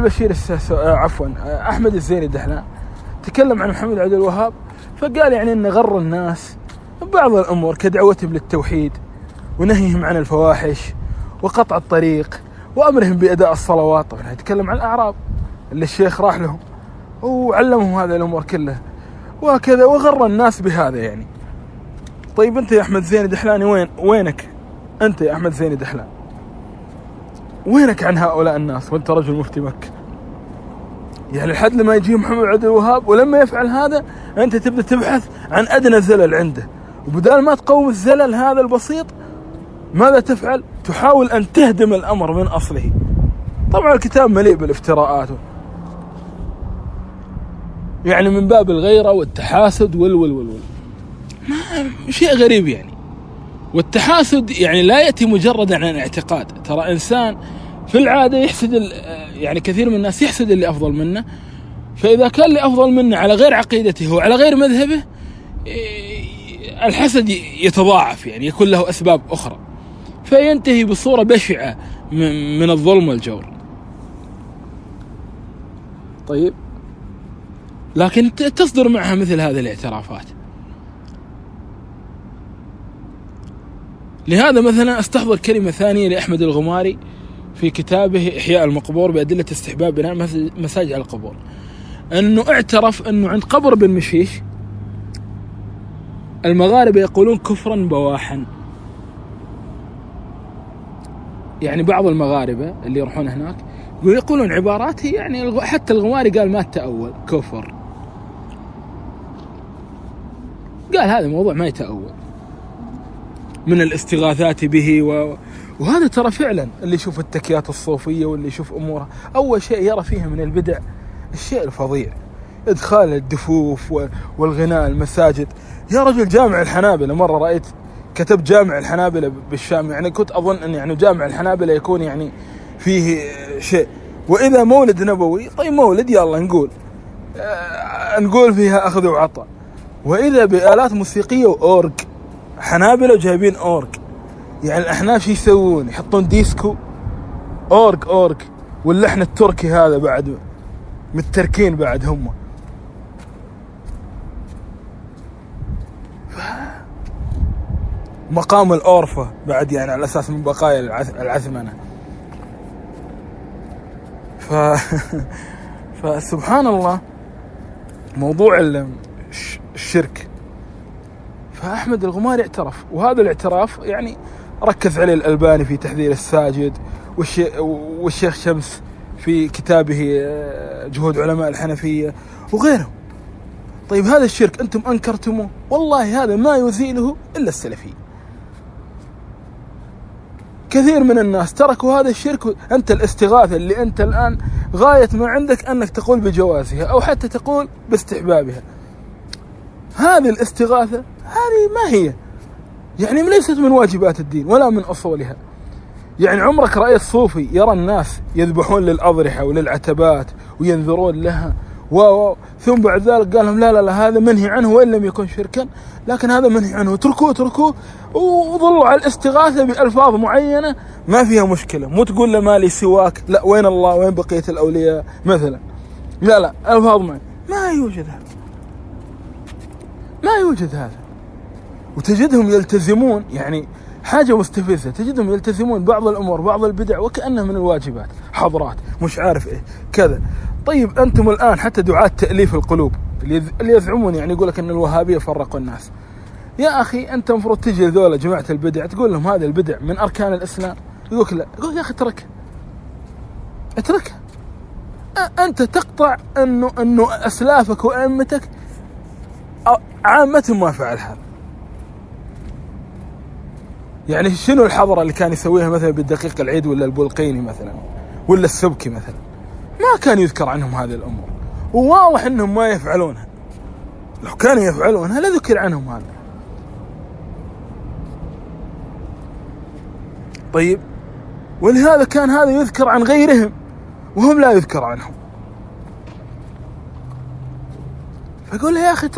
أحمد الزيني دحلان تكلم عن محمد عبد الوهاب، فقال يعني إن غر الناس بعض الأمور كدعوتهم للتوحيد ونهيهم عن الفواحش وقطع الطريق وأمرهم بأداء الصلوات. طبعا يتكلم عن الأعراب اللي الشيخ راح لهم وعلمهم هذه الأمور كلها وكذا، وغر الناس بهذا يعني. طيب أنت يا أحمد زيني دحلاني وينك أنت يا أحمد زيني دحلان؟ وينك عن هؤلاء الناس وأنت رجل مفتي مكة؟ يعني لحد لما يجي محمد عبد الوهاب، ولما يفعل هذا أنت تبدأ تبحث عن أدنى زلل عنده، وبدال ما تقوم الزلل هذا البسيط ماذا تفعل؟ تحاول أن تهدم الأمر من أصله. طبعا الكتاب مليء بالافتراءات، يعني من باب الغيرة والتحاسد شيء غريب يعني. والتحاسد يعني لا يأتي مجردا عن اعتقاد، ترى إنسان في العادة يحسد، يعني كثير من الناس يحسد اللي أفضل منه، فإذا كان اللي أفضل منه على غير عقيدته وعلى غير مذهبه الحسد يتضاعف، يعني يكون له أسباب أخرى، فينتهي بصورة بشعة من الظلم والجور. طيب لكن تصدر معها مثل هذه الاعترافات. لهذا مثلا استحضر كلمة ثانية لأحمد الغماري في كتابه إحياء المقبور بأدلة استحباب بناء مساجد على القبور، أنه اعترف أنه عند قبر بن مشيش المغاربة يقولون كفرا بواحا. يعني بعض المغاربة اللي يروحون هناك يقولون عبارات، يعني حتى الغماري قال ما تأول كفر، قال هذا الموضوع ما يتأول من الاستغاثات به وهذا ترى فعلا اللي يشوف التكيات الصوفية واللي يشوف أمورها أول شيء يرى فيها من البدع الشيء الفظيع، إدخال الدفوف والغناء المساجد. يا رجل جامع الحنابلة مرة رأيت كتب جامع الحنابلة بالشام، يعني كنت أظن أن يعني جامع الحنابلة يكون يعني فيه شيء، وإذا مولد نبوي طيب مولد يلا نقول فيها أخذ وعطاء، وإذا بآلات موسيقية وأورج، حنابلة وجايبين أورج. يعني الأحناف شي يسوون؟ يحطون ديسكو أورج واللحن التركي هذا بعد متركين بعد هم. مقام الأورفة بعد يعني على أساس من بقايا العثمنة. فسبحان الله موضوع الشرك. فأحمد الغماري اعترف، وهذا الاعتراف يعني ركز عليه الألباني في تحذير الساجد، والشيخ شمس في كتابه جهود علماء الحنفية وغيره. طيب هذا الشرك أنتم أنكرتموه، والله هذا ما يزيله إلا السلفي. كثير من الناس تركوا هذا الشرك. أنت الاستغاثة اللي أنت الآن غاية ما عندك أنك تقول بجوازها أو حتى تقول باستحبابها، هذه الاستغاثة هذه ما هي يعني ليست من واجبات الدين ولا من أصولها. يعني عمرك رأيت صوفي يرى الناس يذبحون للأضرحة وللعتبات وينذرون لها ثم بعد ذلك قال لهم لا هذا منهي عنه وإن لم يكن شركا، لكن هذا منهي عنه، تركوه وظلوا على الاستغاثة بألفاظ معينة ما فيها مشكلة. مو تقول له ما لي سواك، لا وين الله وين بقية الأولياء مثلا. لا لا ألفاظ ما يوجد هذا، ما يوجد هذا. وتجدهم يلتزمون، يعني حاجة مستفزة، تجدهم يلتزمون بعض الأمور بعض البدع وكأنها من الواجبات، حضرات مش عارف إيه كذا. طيب أنتم الآن حتى دعاة تأليف القلوب اللي يزعمون يعني يقول لك أن الوهابية فرقوا الناس، يا أخي أنت مفروض تجي لذولا جماعة البدع تقول لهم هذا البدع من أركان الإسلام، يقول لا، يقول يا أخي اتركها. أنت تقطع أنه أسلافك وأئمتك عامة ما فعل هذا. يعني شنو الحضرة اللي كان يسويها مثلا بالدقيق العيد ولا البلقيني مثلا ولا السبكي مثلا؟ ما كان يذكر عنهم هذه الأمور، وواضح أنهم ما يفعلونها. لو كانوا يفعلونها لذكر عنهم هذا. طيب ولهذا كان هذا يذكر عن غيرهم وهم لا يذكر عنهم. فقول له يا أخي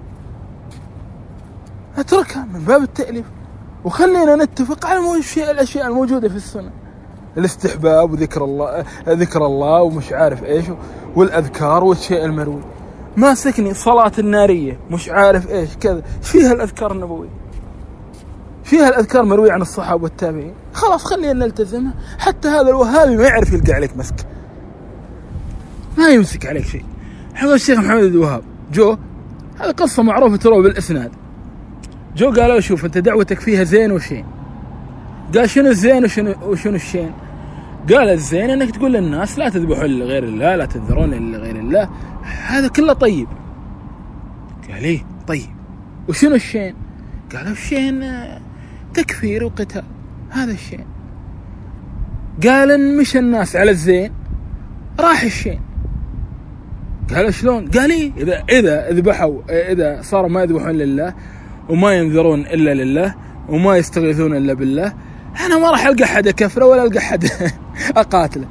اتركها من باب التأليف، وخلينا نتفق على الأشياء الموجودة في السنة، الاستحباب وذكر الله ومش عارف ايش والأذكار والشيء المروي. ما سكني صلاة النارية مش عارف ايش كذا، فيها الأذكار النبوية، فيها الأذكار مروية عن الصحابة والتابعين، خلاص خلينا نلتزمها. حتى هذا الوهابي ما يعرف يلقى عليك مسك، ما يمسك عليك شيء. حضر الشيخ محمد الوهاب جو، هذا قصة معروفة ترى بالإسناد. جو قالوا شوف أنت دعوتك فيها زين وشين. قال شنو الزين وشنو الشين؟ قال الزين أنك تقول للناس لا تذبحون لغير الله، لا تنذرون لغير الله، هذا كله طيب. قال إيه طيب. وشنو الشين؟ قالوا الشين تكفير وقتال، هذا الشين. قال إن مش الناس على الزين راح الشين. قالوا شلون؟ قال إيه إذا ذبحوا، إذا صاروا ما يذبحون لله وما ينذرون إلا لله وما يستغيثون إلا بالله، أنا ما راح ألقى حد كفره ولا ألقى حد أقاتله.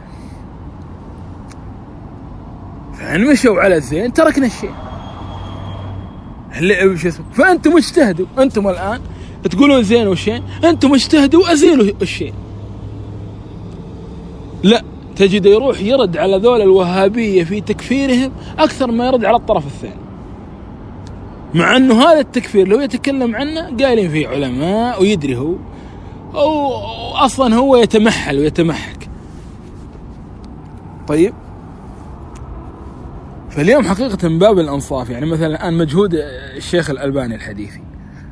فإن مشوا على الزين تركنا الشيء اللي شو اسمه. فأنتم اجتهدوا، أنتم الآن تقولون زين وشين، أنتم اجتهدوا وأزينوا الشيء. لا، تجد يروح يرد على ذول الوهابية في تكفيرهم أكثر ما يرد على الطرف الثاني، مع أنه هذا التكفير لو يتكلم عنه قايلين فيه علماء ويدري هو، أو أصلا هو يتمحل ويتمحك. طيب فاليوم حقيقة من باب الأنصاف، يعني مثلا الآن مجهود الشيخ الألباني الحديثي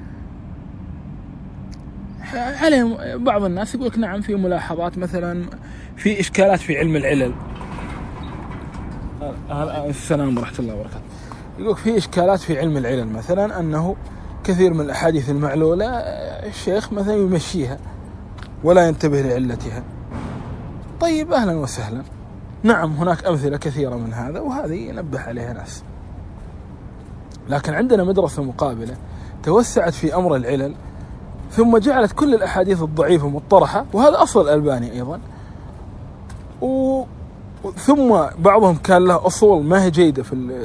عليهم بعض الناس يقول لك نعم في ملاحظات، مثلا في إشكالات في علم العلل. السلام ورحمة الله وبركاته. يقول في إشكالات في علم العلل، مثلا أنه كثير من الأحاديث المعلولة الشيخ مثلا يمشيها ولا ينتبه لعلتها. طيب أهلا وسهلا، نعم هناك أمثلة كثيرة من هذا وهذه ينبه عليها ناس. لكن عندنا مدرسة مقابلة توسعت في أمر العلل، ثم جعلت كل الأحاديث الضعيفة مطرحة، وهذا أصل الألباني أيضا. ثم بعضهم كان له أصول ما هي جيدة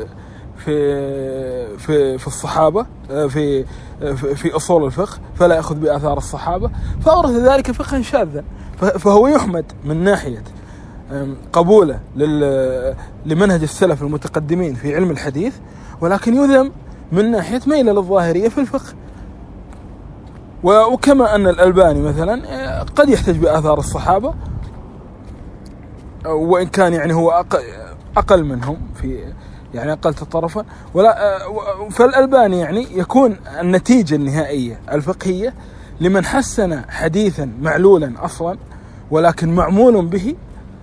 في الصحابة، في أصول الفقه، فلا يأخذ بآثار الصحابة، فأورث ذلك فقها شاذا. فهو يحمد من ناحية قبوله لمنهج السلف المتقدمين في علم الحديث، ولكن يذم من ناحية ميله للظاهرية في الفقه. وكما أن الألباني مثلا قد يحتج بآثار الصحابة، وإن كان يعني هو أقل منهم في يعني أقل تطرفا، فالألباني يعني يكون النتيجة النهائية الفقهية لمن حسن حديثا معلولا أصلا ولكن معمول به،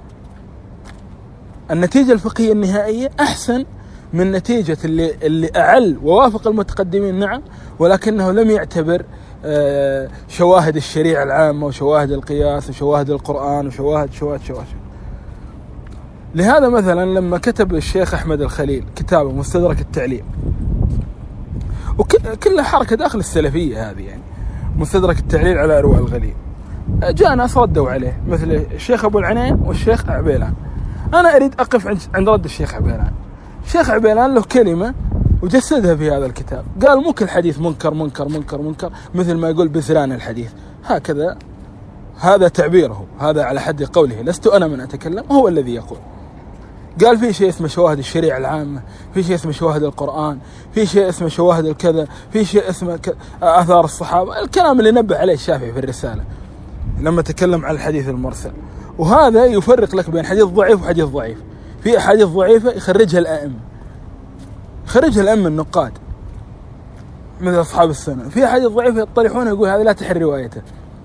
النتيجة الفقهية النهائية أحسن من نتيجة اللي أعل ووافق المتقدمين نعم، ولكنه لم يعتبر شواهد الشريعة العامة وشواهد القياس وشواهد القرآن وشواهد شواهد. لهذا مثلا لما كتب الشيخ أحمد الخليل كتابه مستدرك التعليم، وكل حركة داخل السلفية هذه، يعني مستدرك التعليل على أرواء الغليل، جاء ناس ردوا عليه مثل الشيخ أبو العنين والشيخ عبيلان. أنا أريد أقف عند رد الشيخ عبيلان. الشيخ عبيلان له كلمة وجسدها في هذا الكتاب، قال مو كل حديث منكر منكر منكر منكر مثل ما يقول بثران الحديث، هكذا هذا تعبيره، هذا على حد قوله، لست أنا من أتكلم، هو الذي يقول. قال في شيء اسمه شواهد الشريعة العامة، في شيء اسمه شواهد القرآن، في شيء اسمه شواهد الكذا، في شيء اسمه آثار الصحابة، الكلام اللي نبه عليه الشافعي في الرسالة لما تكلم عن الحديث المرسل. وهذا يفرق لك بين حديث ضعيف وحديث ضعيف. في أحاديث ضعيفة يخرجها الأئمة، يخرجها الأئمة النقاد مثل أصحاب السنة. في أحاديث ضعيفة يطرحونها يقول هذا لا تحل روايته.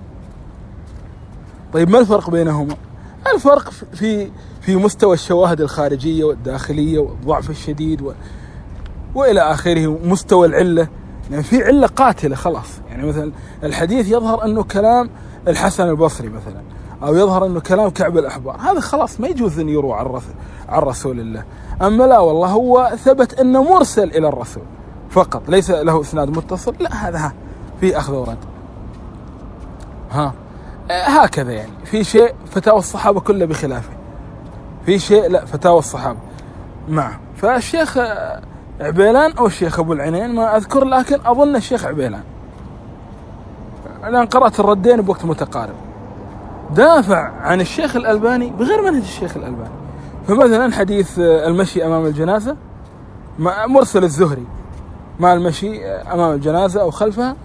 طيب ما الفرق بينهما؟ الفرق في مستوى الشواهد الخارجية والداخلية والضعف الشديد وإلى آخره، مستوى العلة. يعني في علة قاتلة خلاص، يعني مثلا الحديث يظهر أنه كلام الحسن البصري مثلا، أو يظهر أنه كلام كعب الأحبار، هذا خلاص ما يجوز أن يروى عن رسول الله. أما لا والله هو ثبت أنه مرسل إلى الرسول فقط، ليس له إسناد متصل، لا هذا في أخذ ورد. هكذا يعني. في شيء فتاوى الصحابة كله بخلافه، في شيء لا فتاوى الصحابة معه. فالشيخ عبيلان أو الشيخ أبو العينين ما أذكر، لكن أظن الشيخ عبيلان، الآن قرأت الردين بوقت متقارب، دافع عن الشيخ الألباني بغير منهج الشيخ الألباني. فمثلا حديث المشي أمام الجنازة مرسل الزهري، ما المشي أمام الجنازة أو خلفها،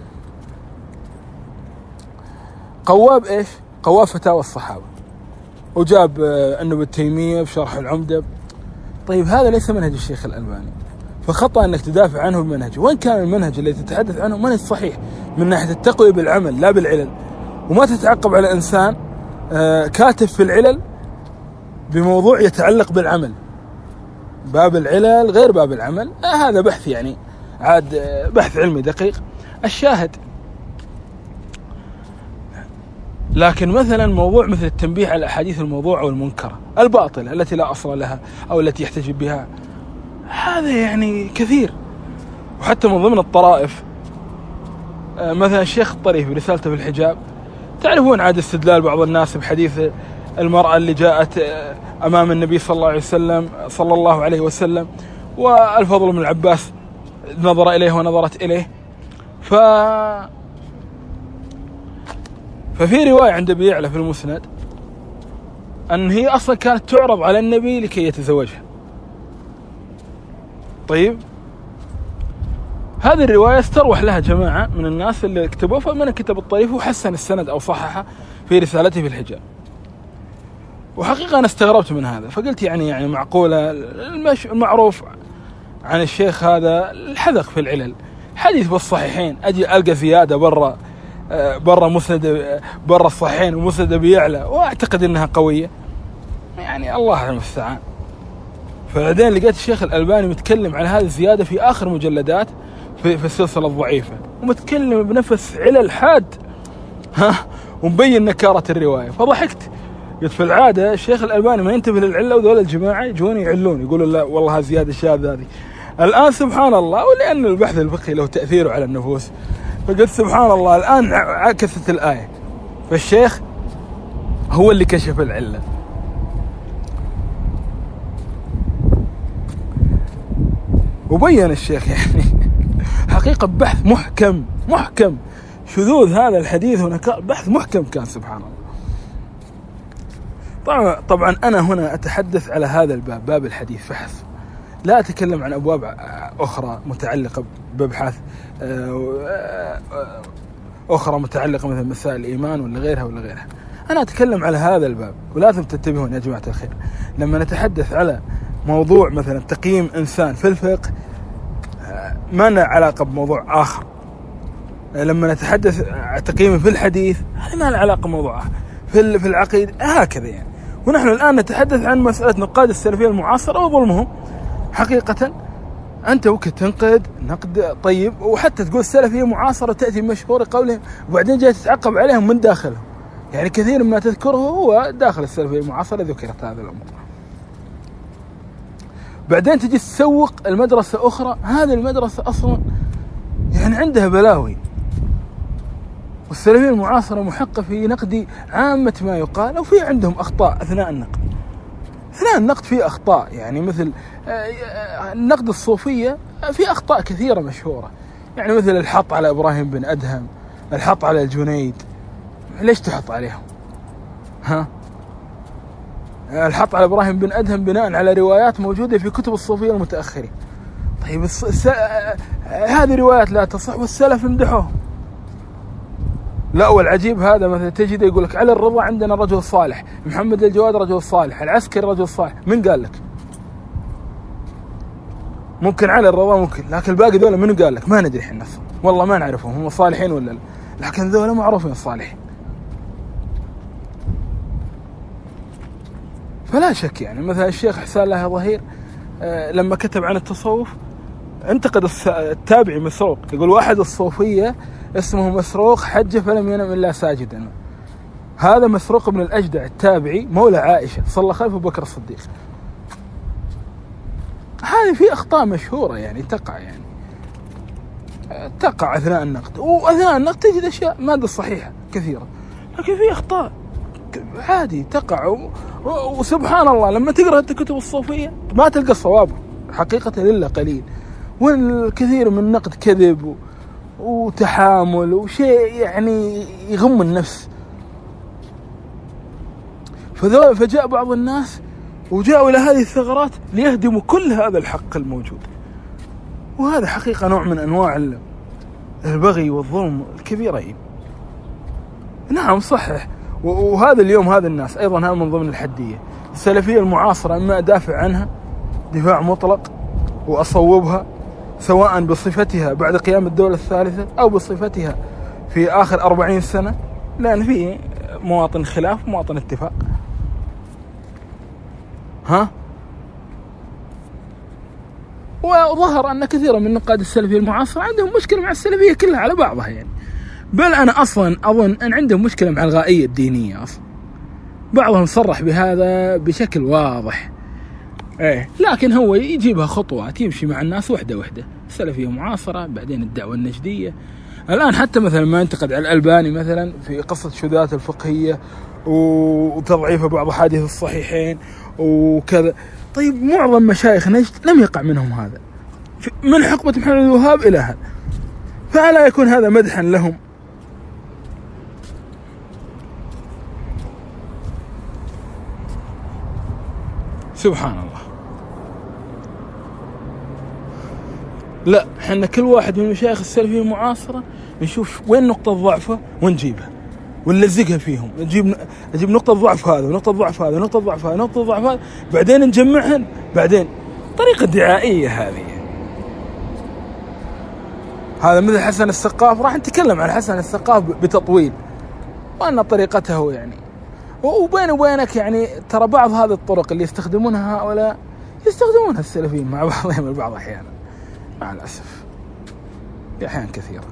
قواب إيش؟ قواب فتاوى الصحابة، وجاب أنه بالتيمية في شرح العمدة. طيب هذا ليس منهج الشيخ الألباني، فخطأ أنك تدافع عنه بمنهج، وإن كان المنهج الذي تتحدث عنه منهج صحيح من ناحية التقوية بالعمل لا بالعلل. وما تتعقب على إنسان كاتب في العلل بموضوع يتعلق بالعمل، باب العلل غير باب العمل، هذا بحث يعني عاد بحث علمي دقيق. الشاهد، لكن مثلا موضوع مثل التنبيه على الأحاديث الموضوعة والمنكرة الباطلة التي لا أصل لها أو التي يحتج بها، هذا يعني كثير. وحتى من ضمن الطرائف مثلا الشيخ الطريف برسالته في الحجاب، تعرفون عاد استدلال بعض الناس بحديث المرأة اللي جاءت أمام النبي صلى الله عليه وسلم والفضل بن العباس نظر إليه ونظرت إليه. ففي رواية عند أبي يعلى في المسند أن هي أصلا كانت تعرض على النبي لكي يتزوجها. طيب هذه الرواية استروح لها جماعة من الناس اللي كتبوها، فمن كتب الطريف وحسن السند أو صححه في رسالته في الحجاب. وحقيقة أنا استغربت من هذا، فقلت يعني معقولة؟ المعروف عن الشيخ هذا الحذق في العلل، حديث بالصحيحين أجي ألقى زيادة برا مسند، برا الصحيحين ومسند أبي يعلى وأعتقد أنها قوية، يعني الله المستعان. فبعدين لقيت الشيخ الألباني متكلم عن هذه الزيادة في آخر مجلدات في السلسلة الضعيفة، ومتكلم بنفس علل حاد ومبين نكارة الرواية. فضحكت، قلت في العادة الشيخ الألباني ما ينتبه للعلة، وذول الجماعة يجون يعلون يقولوا لا والله زيادة شاذة هذه. الآن سبحان الله، ولأن البحث الفقهي له تأثيره على النفوس، فقلت سبحان الله الآن عكست الآية، فالشيخ هو اللي كشف العلة. وبين الشيخ يعني حقيقة بحث محكم شذوذ هذا الحديث هنا، بحث محكم كان سبحان الله. طبعا أنا هنا أتحدث على هذا الباب، باب الحديث فحسب، لا أتكلم عن أبواب أخرى متعلقة بأبحاث أخرى متعلقة مثل مسائل الإيمان ولا غيرها. أنا أتكلم على هذا الباب. ولازم تنتبهون يا جماعة الخير، لما نتحدث على موضوع مثلا تقييم إنسان في الفقه ما له علاقة بموضوع آخر، لما نتحدث عن تقييمه في الحديث هذا ما له علاقة بموضوع آخر، في العقيدة هكذا يعني. ونحن الآن نتحدث عن مسألة نقاد السلفية المعاصرة وظلمهم. حقيقة أنت ممكن تنقد نقد طيب، وحتى تقول السلفية معاصرة تأتي مشهور قولهم، وبعدين جاي تتعقب عليهم من داخلهم. يعني كثير ما تذكره هو داخل السلفية المعاصرة ذكرت هذه الأمور. بعدين تجي تسوق المدرسة أخرى، هذه المدرسة أصلا يعني عندها بلاوي، والسلفية المعاصرة محقة في نقد عامة ما يقال، وفي عندهم أخطاء أثناء النقد في أخطاء، يعني مثل النقد الصوفية في أخطاء كثيرة مشهورة، يعني مثل الحط على إبراهيم بن أدهم، الحط على الجنيد. ليش تحط عليهم؟ الحط على إبراهيم بن أدهم بناء على روايات موجودة في كتب الصوفية المتأخرة. طيب هذه روايات لا تصح والسلف امدحوه. لا، والعجيب هذا مثلا تجد يقول لك علي الرضا عندنا رجل صالح، محمد الجواد رجل صالح، العسكري رجل صالح. من قال لك؟ ممكن علي الرضا ممكن، لكن الباقي ذولا منو قال لك؟ ما ندري احنا والله ما نعرفهم هم صالحين ولا لا، لكن ذولا معروفين الصالحين. فلا شك يعني مثلا الشيخ حسان الله ظهير لما كتب عن التصوف انتقد التابعي مسروق، يقول واحد الصوفية اسمه مسروق حج فلم ينم إلا ساجدا. هذا مسروق بن الأجدع التابعي مولى عائشة صلى خلف أبو بكر الصديق. هذه في أخطاء مشهورة يعني تقع أثناء النقد، وأثناء النقد تجد أشياء مادة صحيحة كثيرة، لكن في أخطاء عادي تقع. وسبحان الله لما تقرأ الكتب الصوفية ما تلقى الصواب حقيقة إلا قليل، والكثير من النقد كذب وتحامل وشيء يعني يغم النفس. فجاء بعض الناس وجاءوا إلى هذه الثغرات ليهدموا كل هذا الحق الموجود، وهذا حقيقة نوع من أنواع البغي والظلم الكبيرين. نعم صحيح. وهذا اليوم هذا الناس أيضا هذا من ضمن الحدية السلفية المعاصرة، إما أدافع عنها دفاع مطلق وأصوبها سواء بصفتها بعد قيام الدولة الثالثة أو بصفتها في آخر 40 سنة، لأن فيه مواطن خلاف مواطن اتفاق. وظهر أن كثيرا من نقاد السلفية المعاصرة عندهم مشكلة مع السلفية كلها على بعضها يعني، بل أنا أصلا أظن أن عندهم مشكلة مع الغائية الدينية أصلا. بعضهم صرح بهذا بشكل واضح، لكن هو يجيبها خطوات يمشي مع الناس وحدة السلفية معاصرة، بعدين الدعوة النجدية. الآن حتى مثلا ما ينتقد على الألباني مثلا في قصة شذات الفقهية وتضعيف بعض أحاديث الصحيحين وكذا. طيب معظم مشايخ نجد لم يقع منهم هذا من حقبة محمد الوهاب إلى هذا، فألا يكون هذا مدحا لهم؟ سبحان الله. لا، حنا كل واحد من المشايخ السلفية المعاصرة نشوف وين نقطة ضعفه ونجيبها ونلزقها فيهم، نجيب نقطة ضعف هذا ونقطة ضعف هذا ونقطة ضعف هذا ونقطة ضعف هذا، بعدين نجمعهن، بعدين طريقة دعائية هذه. هذا مثل حسن السقاف، راح نتكلم عن حسن السقاف بتطويل وأن طريقته يعني، وبين وبينك يعني ترى بعض هذه الطرق اللي يستخدمونها هؤلاء يستخدمونها السلفيين مع بعضهم البعض أحيانا، مع الأسف في أحيان كثيرة.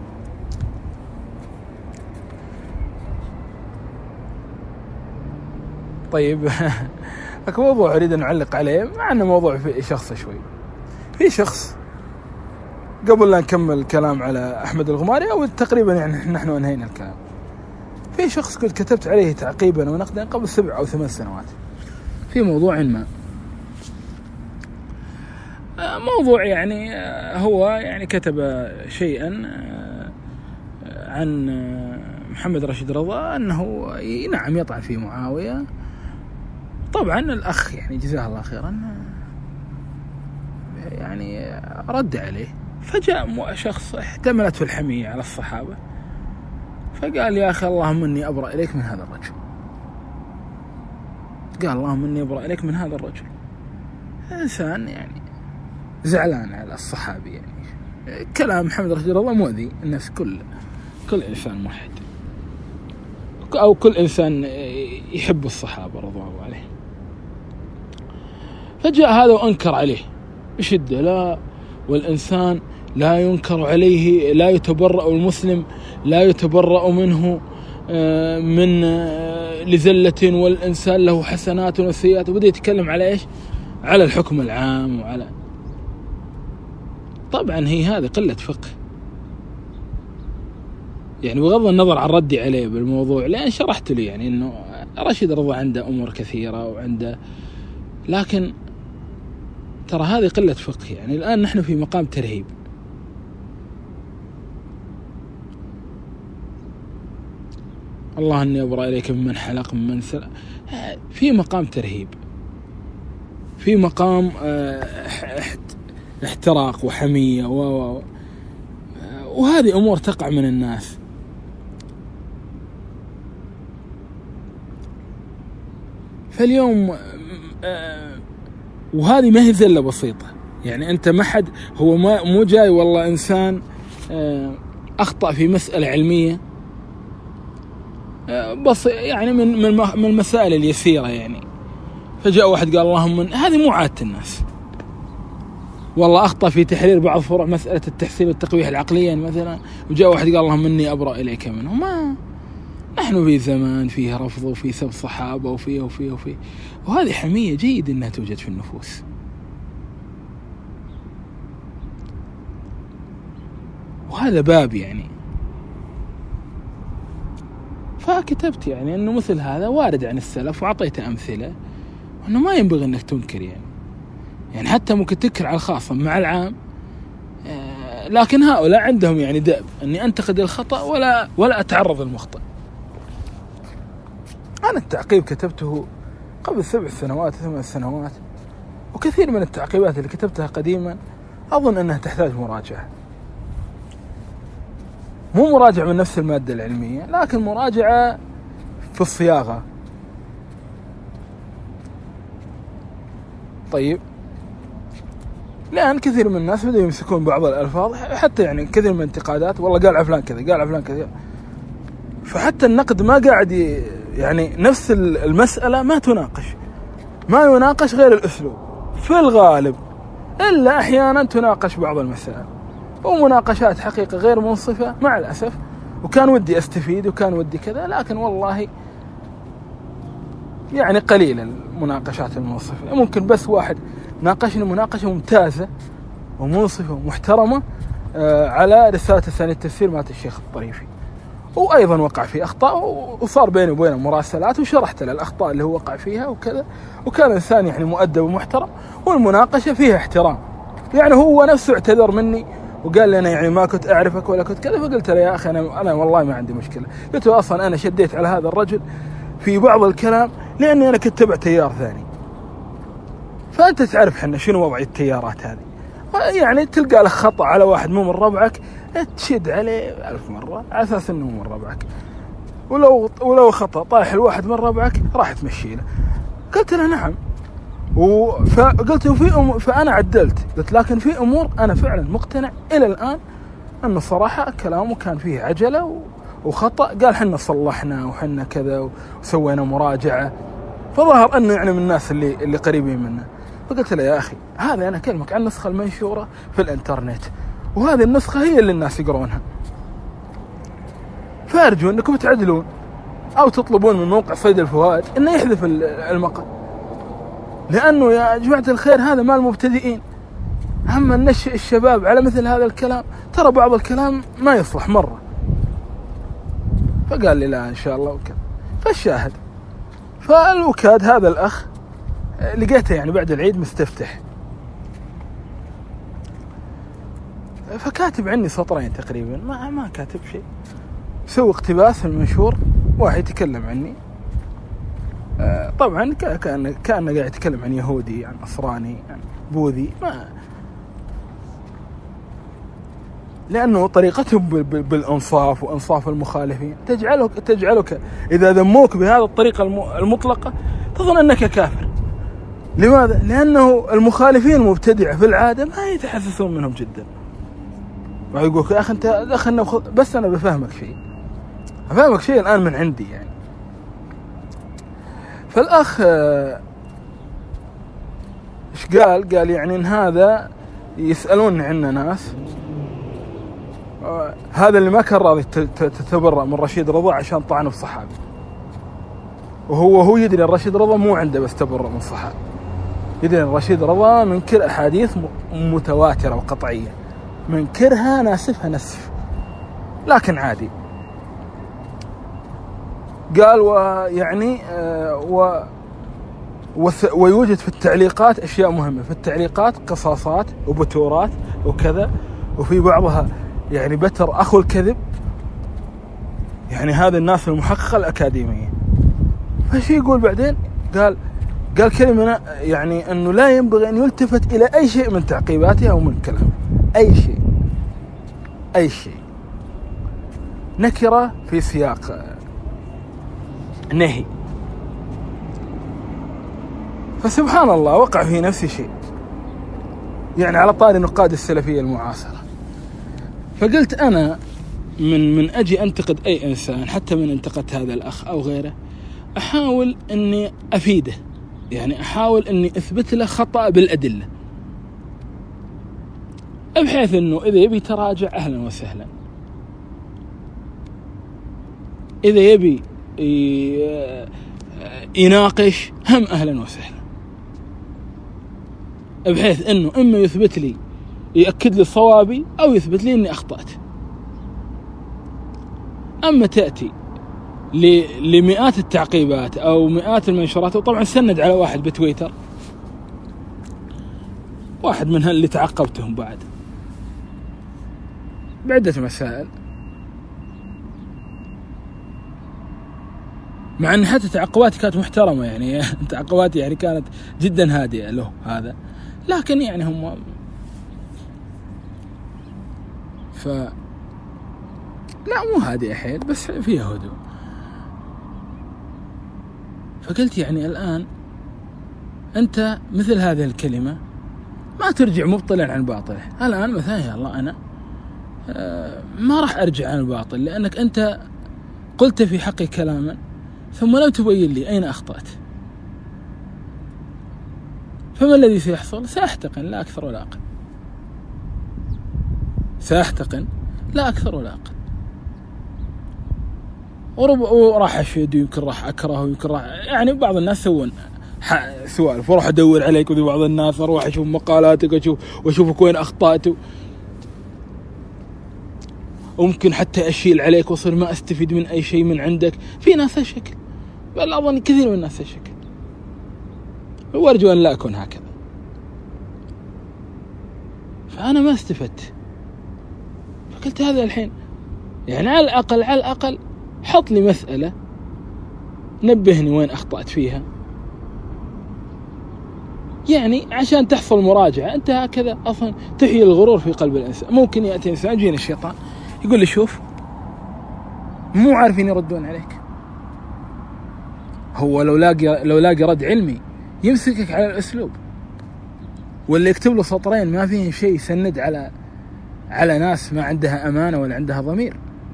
طيب أكو موضوع أريد أن أعلق عليه، مع أنه موضوع في شخص شوي. في شخص قبل لا نكمل الكلام على أحمد الغماري أو تقريبا يعني نحن انهينا الكلام، في شخص كنت كتبت عليه تعقيبا ونقدا قبل 7 أو 8 سنوات في موضوع ما، موضوع يعني هو يعني كتب شيئا عن محمد رشيد رضا أنه نعم يطعن في معاوية. طبعا الأخ يعني جزاه الله خيرا يعني رد عليه، فجاء شخص احتملته الحمية على الصحابة فقال يا أخي اللهم إني أبرأ إليك من هذا الرجل، قال اللهم إني أبرأ إليك من هذا الرجل. إنسان يعني زعلان على الصحابي، يعني كلام محمد رشيد رضا مؤذي الناس، كل إنسان موحد أو كل إنسان يحب الصحابة رضوان الله عليه. فجاء هذا وأنكر عليه بشدة، لا والإنسان لا ينكر عليه، لا يتبرأ المسلم لا يتبرأ منه من لزلة، والإنسان له حسنات وسيئات. وبدأ يتكلم على إيش؟ على الحكم العام وعلى، طبعا هي هذه قلة فقه يعني، بغض النظر عن ردي عليه بالموضوع لأن شرحت لي يعني إنه رشيد رضا عنده أمور كثيرة وعنده، لكن ترى هذه قلة فقه يعني. الآن نحن في مقام ترهيب، الله إني أبرأ إليك ممن حلق ممن سلق، في مقام ترهيب، في مقام احتراق وحمية وهذه أمور تقع من الناس. فاليوم وهذه ما هي زلة بسيطة، يعني أنت ما حد هو مو جاي والله إنسان أخطأ في مسألة علمية بس يعني من المسائل اليسيرة، يعني فجاء واحد قال اللهم هذه مو عادة الناس، والله أخطأ في تحرير بعض فروع مسألة التحسين والتقبيح العقليا مثلا، وجاء واحد قال اللهم إني أبرأ إليك منه. ما نحن في زمان فيه رفض وفي سب صحابة وفيه وهذه حمية جيد أنها توجد في النفوس. وهذا باب يعني، فكتبت يعني أنه مثل هذا وارد عن السلف، وعطيت أمثلة وأنه ما ينبغي أنك تنكر يعني حتى ممكن تنكر على الخاصة مع العام، لكن هؤلاء عندهم يعني دأب أني أنتقد الخطأ ولا أتعرض للمخطئ. أنا التعقيب كتبته قبل 7 سنوات 8 سنوات، وكثير من التعقيبات اللي كتبتها قديما أظن أنها تحتاج مراجعة، مو مراجعة من نفس المادة العلمية، لكن مراجعة في الصياغة. طيب، لأن كثير من الناس بدأوا يمسكون بعض الألفاظ، حتى يعني كثير من الانتقادات والله قال فلان كذا قال فلان كذا، فحتى النقد ما قاعد يعني نفس المسألة ما يناقش غير الأسلوب في الغالب، إلا أحيانا تناقش بعض المسائل ومناقشات حقيقة غير منصفة مع الأسف، وكان ودي أستفيد وكان ودي كذا، لكن والله يعني قليل المناقشات المنصفة. ممكن بس واحد ناقشني مناقشة ممتازة ومنصفة ومحترمة على رسالة ثانية التفسير مات الشيخ الطريفي، وأيضا وقع في أخطاء وصار بيني وبينه مراسلات وشرحت له الأخطاء اللي هو وقع فيها وكذا، وكان إنسان يعني مؤدب ومحترم، والمناقشة فيها احترام. يعني هو نفسه اعتذر مني وقال لي أنا يعني ما كنت أعرفك ولا كنت كذا، فقلت له يا أخي أنا والله ما عندي مشكلة، قلت له أصلا أنا شديت على هذا الرجل في بعض الكلام لأني أنا كنت تبع تيار ثاني، فأنت تعرف حنا شنو وضع التيارات هذه، يعني تلقى لك خطأ على واحد مو من ربعك تشد عليه 1000 مرة على أساس أنه من ربعك، ولو خطأ طايح الواحد من ربعك راح تمشي له. قلت له نعم، فقلت فأنا عدلت، قلت لكن في أمور أنا فعلا مقتنع إلى الآن أن الصراحة كلامه كان فيه عجلة وخطأ، قال حنا صلحنا وحنا كذا وسوينا مراجعة، فظهر أنه يعني من الناس اللي قريبين منه. فقلت له يا أخي هذا أنا أكلمك عن النسخة المنشورة في الإنترنت، وهذه النسخة هي اللي الناس يقرونها، فأرجو أنكم تعدلون أو تطلبون من موقع صيد الفؤاد أنه يحذف المقال، لأنه يا جماعة الخير هذا مال المبتدئين. أما ننشئ الشباب على مثل هذا الكلام، ترى بعض الكلام ما يصلح مرة. فقال لي لا إن شاء الله وكذا. فالشاهد، فالوكاد هذا الأخ لقيته يعني بعد العيد مستفتح، فكاتب عني سطرين تقريبا، ما كاتب شيء، سوى اقتباس في المنشور، واحد يتكلم عني، طبعا كأنه قاعد يتكلم عن يهودي، عن نصراني، عن بوذي، لأنه طريقتهم بالإنصاف وإنصاف المخالفين تجعلك إذا ذموك بهذه الطريقة المطلقة تظن أنك كافر. لماذا؟ لأنه المخالفين المبتدعة في العادة ما يتحسسون منهم جدا، ويقولك يا أخي أنت دخلنا بس أنا بفهمك شيء الآن من عندي يعني. فالأخ إيش قال يعني إن هذا يسألون عنا ناس، هذا اللي ما كان راضي تتبرأ من رشيد رضا عشان طعنه في صحابي، وهو يدري الرشيد رضا مو عنده بس تبرأ من صحابي، يدري الرشيد رضا منكر أحاديث متواترة وقطعية، منكرها ناسفها نسف، لكن عادي. قال ويعني ويوجد في التعليقات أشياء مهمة، في التعليقات قصاصات وبتورات وكذا، وفي بعضها يعني بتر أخو الكذب، يعني هذا الناس المحققة الأكاديمية. فشي يقول بعدين؟ قال كلمة يعني أنه لا ينبغي أن يلتفت إلى أي شيء من تعقيباتها أو من كلامه، أي شيء نكرة في سياق نهي. فسبحان الله وقع في نفس الشيء، يعني على طاري نقاد السلفية المعاصرة. فقلت أنا من أجي أنتقد أي إنسان، حتى من انتقدت هذا الأخ أو غيره، أحاول أني أفيده، يعني أحاول أني أثبت له خطأ بالأدلة، بحيث أنه إذا يبي تراجع أهلا وسهلا، إذا يبي يناقش هم أهلا وسهلا، بحيث أنه إما يثبت لي يأكد لي صوابي أو يثبت لي أني أخطأت. أما تأتي لمئات التعقيبات أو مئات المنشورات، وطبعا سند على واحد بتويتر، واحد من اللي تعقبتهم بعدة مسائل، مع أن حتى تعقباتي كانت محترمة، يعني تعقباتي يعني كانت جدا هادئة له هذا، لكن يعني هم لا مو هادئة حيل، بس فيها هدوء. فقلت يعني الآن أنت مثل هذه الكلمة ما ترجع مبطلا عن باطله. الآن مثلا يا الله أنا ما راح أرجع عن الباطل، لأنك أنت قلت في حقي كلاما ثم لم تبين لي أين أخطأت، فما الذي سيحصل؟ سأحتقن لا أكثر ولا أقل، سأحتقن لا أكثر ولا أقل، وراح أشهد، ويمكن راح أكره، ويمكن راح يعني بعض الناس يسوون سوالف، وراح أدور عليك، وذي بعض الناس أروح أشوف مقالاتك وأشوفك وين أخطأت، وممكن حتى أشيل عليك وصير ما أستفيد من أي شيء من عندك. في ناس هالشكل، بل أظن كثير من الناس هالشكل، وأرجو أن لا أكون هكذا. فأنا ما استفدت، فقلت هذا الحين يعني على الأقل حط لي مسألة نبهني وين أخطأت فيها، يعني عشان تحصل مراجعة. أنت هكذا أصلا تحيي الغرور في قلب الإنسان. ممكن يأتي إنسان يجينا الشيطان يقول لي شوف مو عارفين يردون عليك، هو لو لاقي رد علمي يمسكك على الأسلوب، واللي يكتب له سطرين ما فيه شيء يسند على ناس ما عندها أمانة ولا عندها ضمير،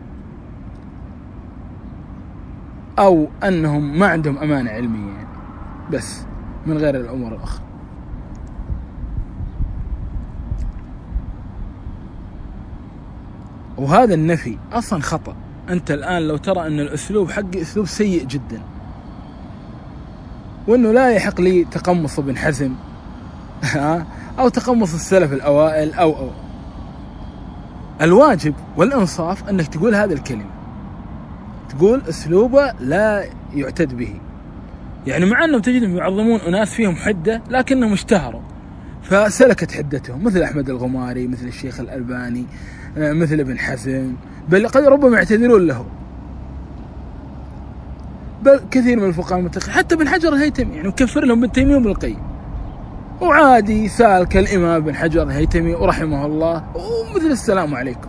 أو أنهم ما عندهم أمانة علمية يعني، بس من غير الأمور الأخرى. وهذا النفي أصلا خطأ. أنت الآن لو ترى أن الأسلوب حقي أسلوب سيء جدا، وأنه لا يحق لي تقمص ابن حزم أو تقمص السلف الأوائل أو الواجب والإنصاف أنك تقول هذا الكلمة، تقول أسلوبه لا يعتد به. يعني مع أنهم تجدهم يعظمون أناس فيهم حدة لكنهم اشتهروا فسلكت حدتهم، مثل أحمد الغماري، مثل الشيخ الألباني، مثل ابن حزم، بل قد ربما يعتذرون له، بل كثير من الفقهاء المتقين، حتى ابن حجر الهيتمي يعني مكفر لهم ابن تيمية وابن القيم، وعادي سالك الإمام ابن حجر الهيتمي ورحمه الله ومثل السلام عليكم.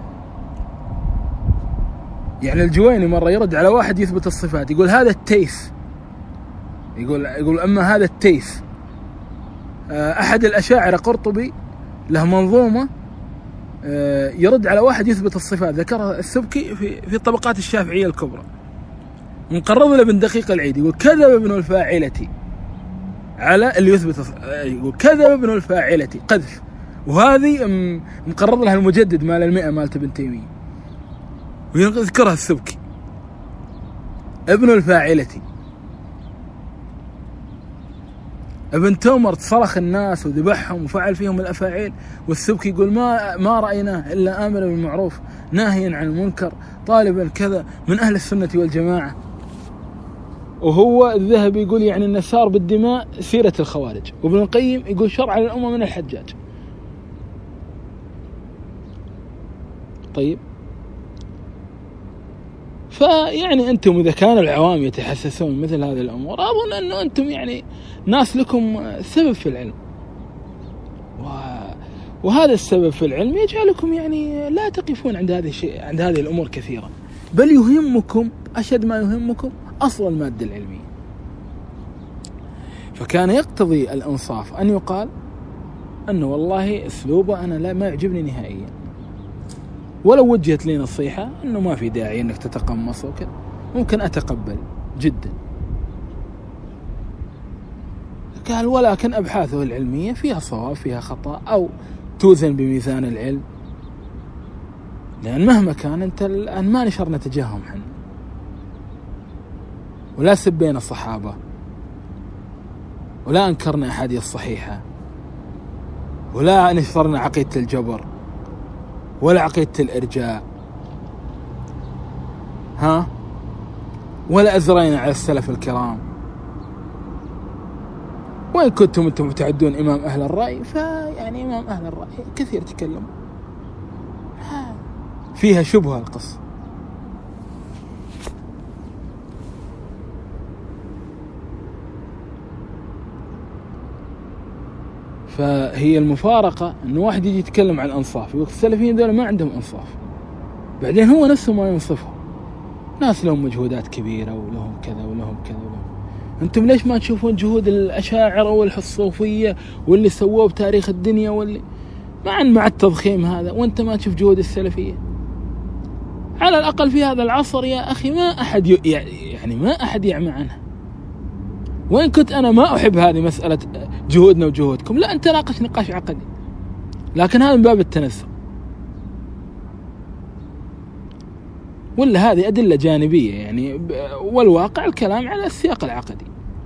يعني الجويني مرة يرد على واحد يثبت الصفات، يقول هذا التيس، يقول أما هذا التيس. أحد الأشاعرة قرطبي له منظومة يرد على واحد يثبت الصفات، ذكرها السبكي في طبقات الشافعية الكبرى، مقرض لابن دقيق العيد، يقول كذب ابن الفاعلة على اللي يثبت، يقول كذب ابن الفاعلة قذف، وهذه مقرض لها المجدد مال 100 مالت ابن تيمية، ويذكرها السبكي ابن الفاعلة. ابن تومر صرخ الناس وذبحهم وفعل فيهم الأفاعيل، والسبكي يقول ما رأيناه إلا آمر بالمعروف ناهيا عن المنكر طالبا كذا من أهل السنة والجماعة. وهو الذهبي يقول يعني أن سار بالدماء سيرة الخوارج، وابن القيم يقول شرع الأمة من الحجاج. طيب فيعني أنتم إذا كان العوام يتحسسون مثل هذه الأمور، أظن أنه أنتم يعني ناس لكم سبب في العلم، وهذا السبب في العلم يجعلكم يعني لا تقفون عند هذه الأمور كثيرا، بل يهمكم أشد ما يهمكم أصل المادة العلمية. فكان يقتضي الإنصاف أن يقال أنه والله أسلوبه أنا لا ما يعجبني نهائيا، ولو وجهت لي نصيحة أنه ما في داعي أنك تتقمص وكذا، ممكن أتقبل جدا. قال ولكن أبحاثه العلمية فيها صواب فيها خطأ، أو توزن بميزان العلم، لأن مهما كان أنت الآن ما نشرنا تجاههم حنا، ولا سبينا الصحابة، ولا أنكرنا أحاديث الصحيحة، ولا نشرنا عقيدة الجبر ولا عقيدة الإرجاء، ولا أزرينا على السلف الكرام. وإن كنتم أنتم تعدون إمام أهل الرأي، فيعني إمام أهل الرأي كثير تكلم فيها شبهة القصة. فهي المفارقة أنه واحد يجي يتكلم عن الأنصاف يقول السلفيين دول ما عندهم أنصاف، بعدين هو نفسه ما ينصفهم، ناس لهم مجهودات كبيرة ولهم كذا ولهم كذا ولهم. أنتم ليش ما تشوفون جهود الأشاعرة والحصوفية واللي سووه بتاريخ الدنيا واللي مع التضخيم هذا، وأنت ما تشوف جهود السلفية؟ على الأقل في هذا العصر يا أخي ما أحد يعمى عنها. وإن كنت أنا ما أحب هذه مسألة جهودنا وجهودكم، لا أنت ناقش نقاش عقدي، لكن هذا من باب التنزه، ولا هذه أدلة جانبية يعني، والواقع الكلام على السياق العقدي.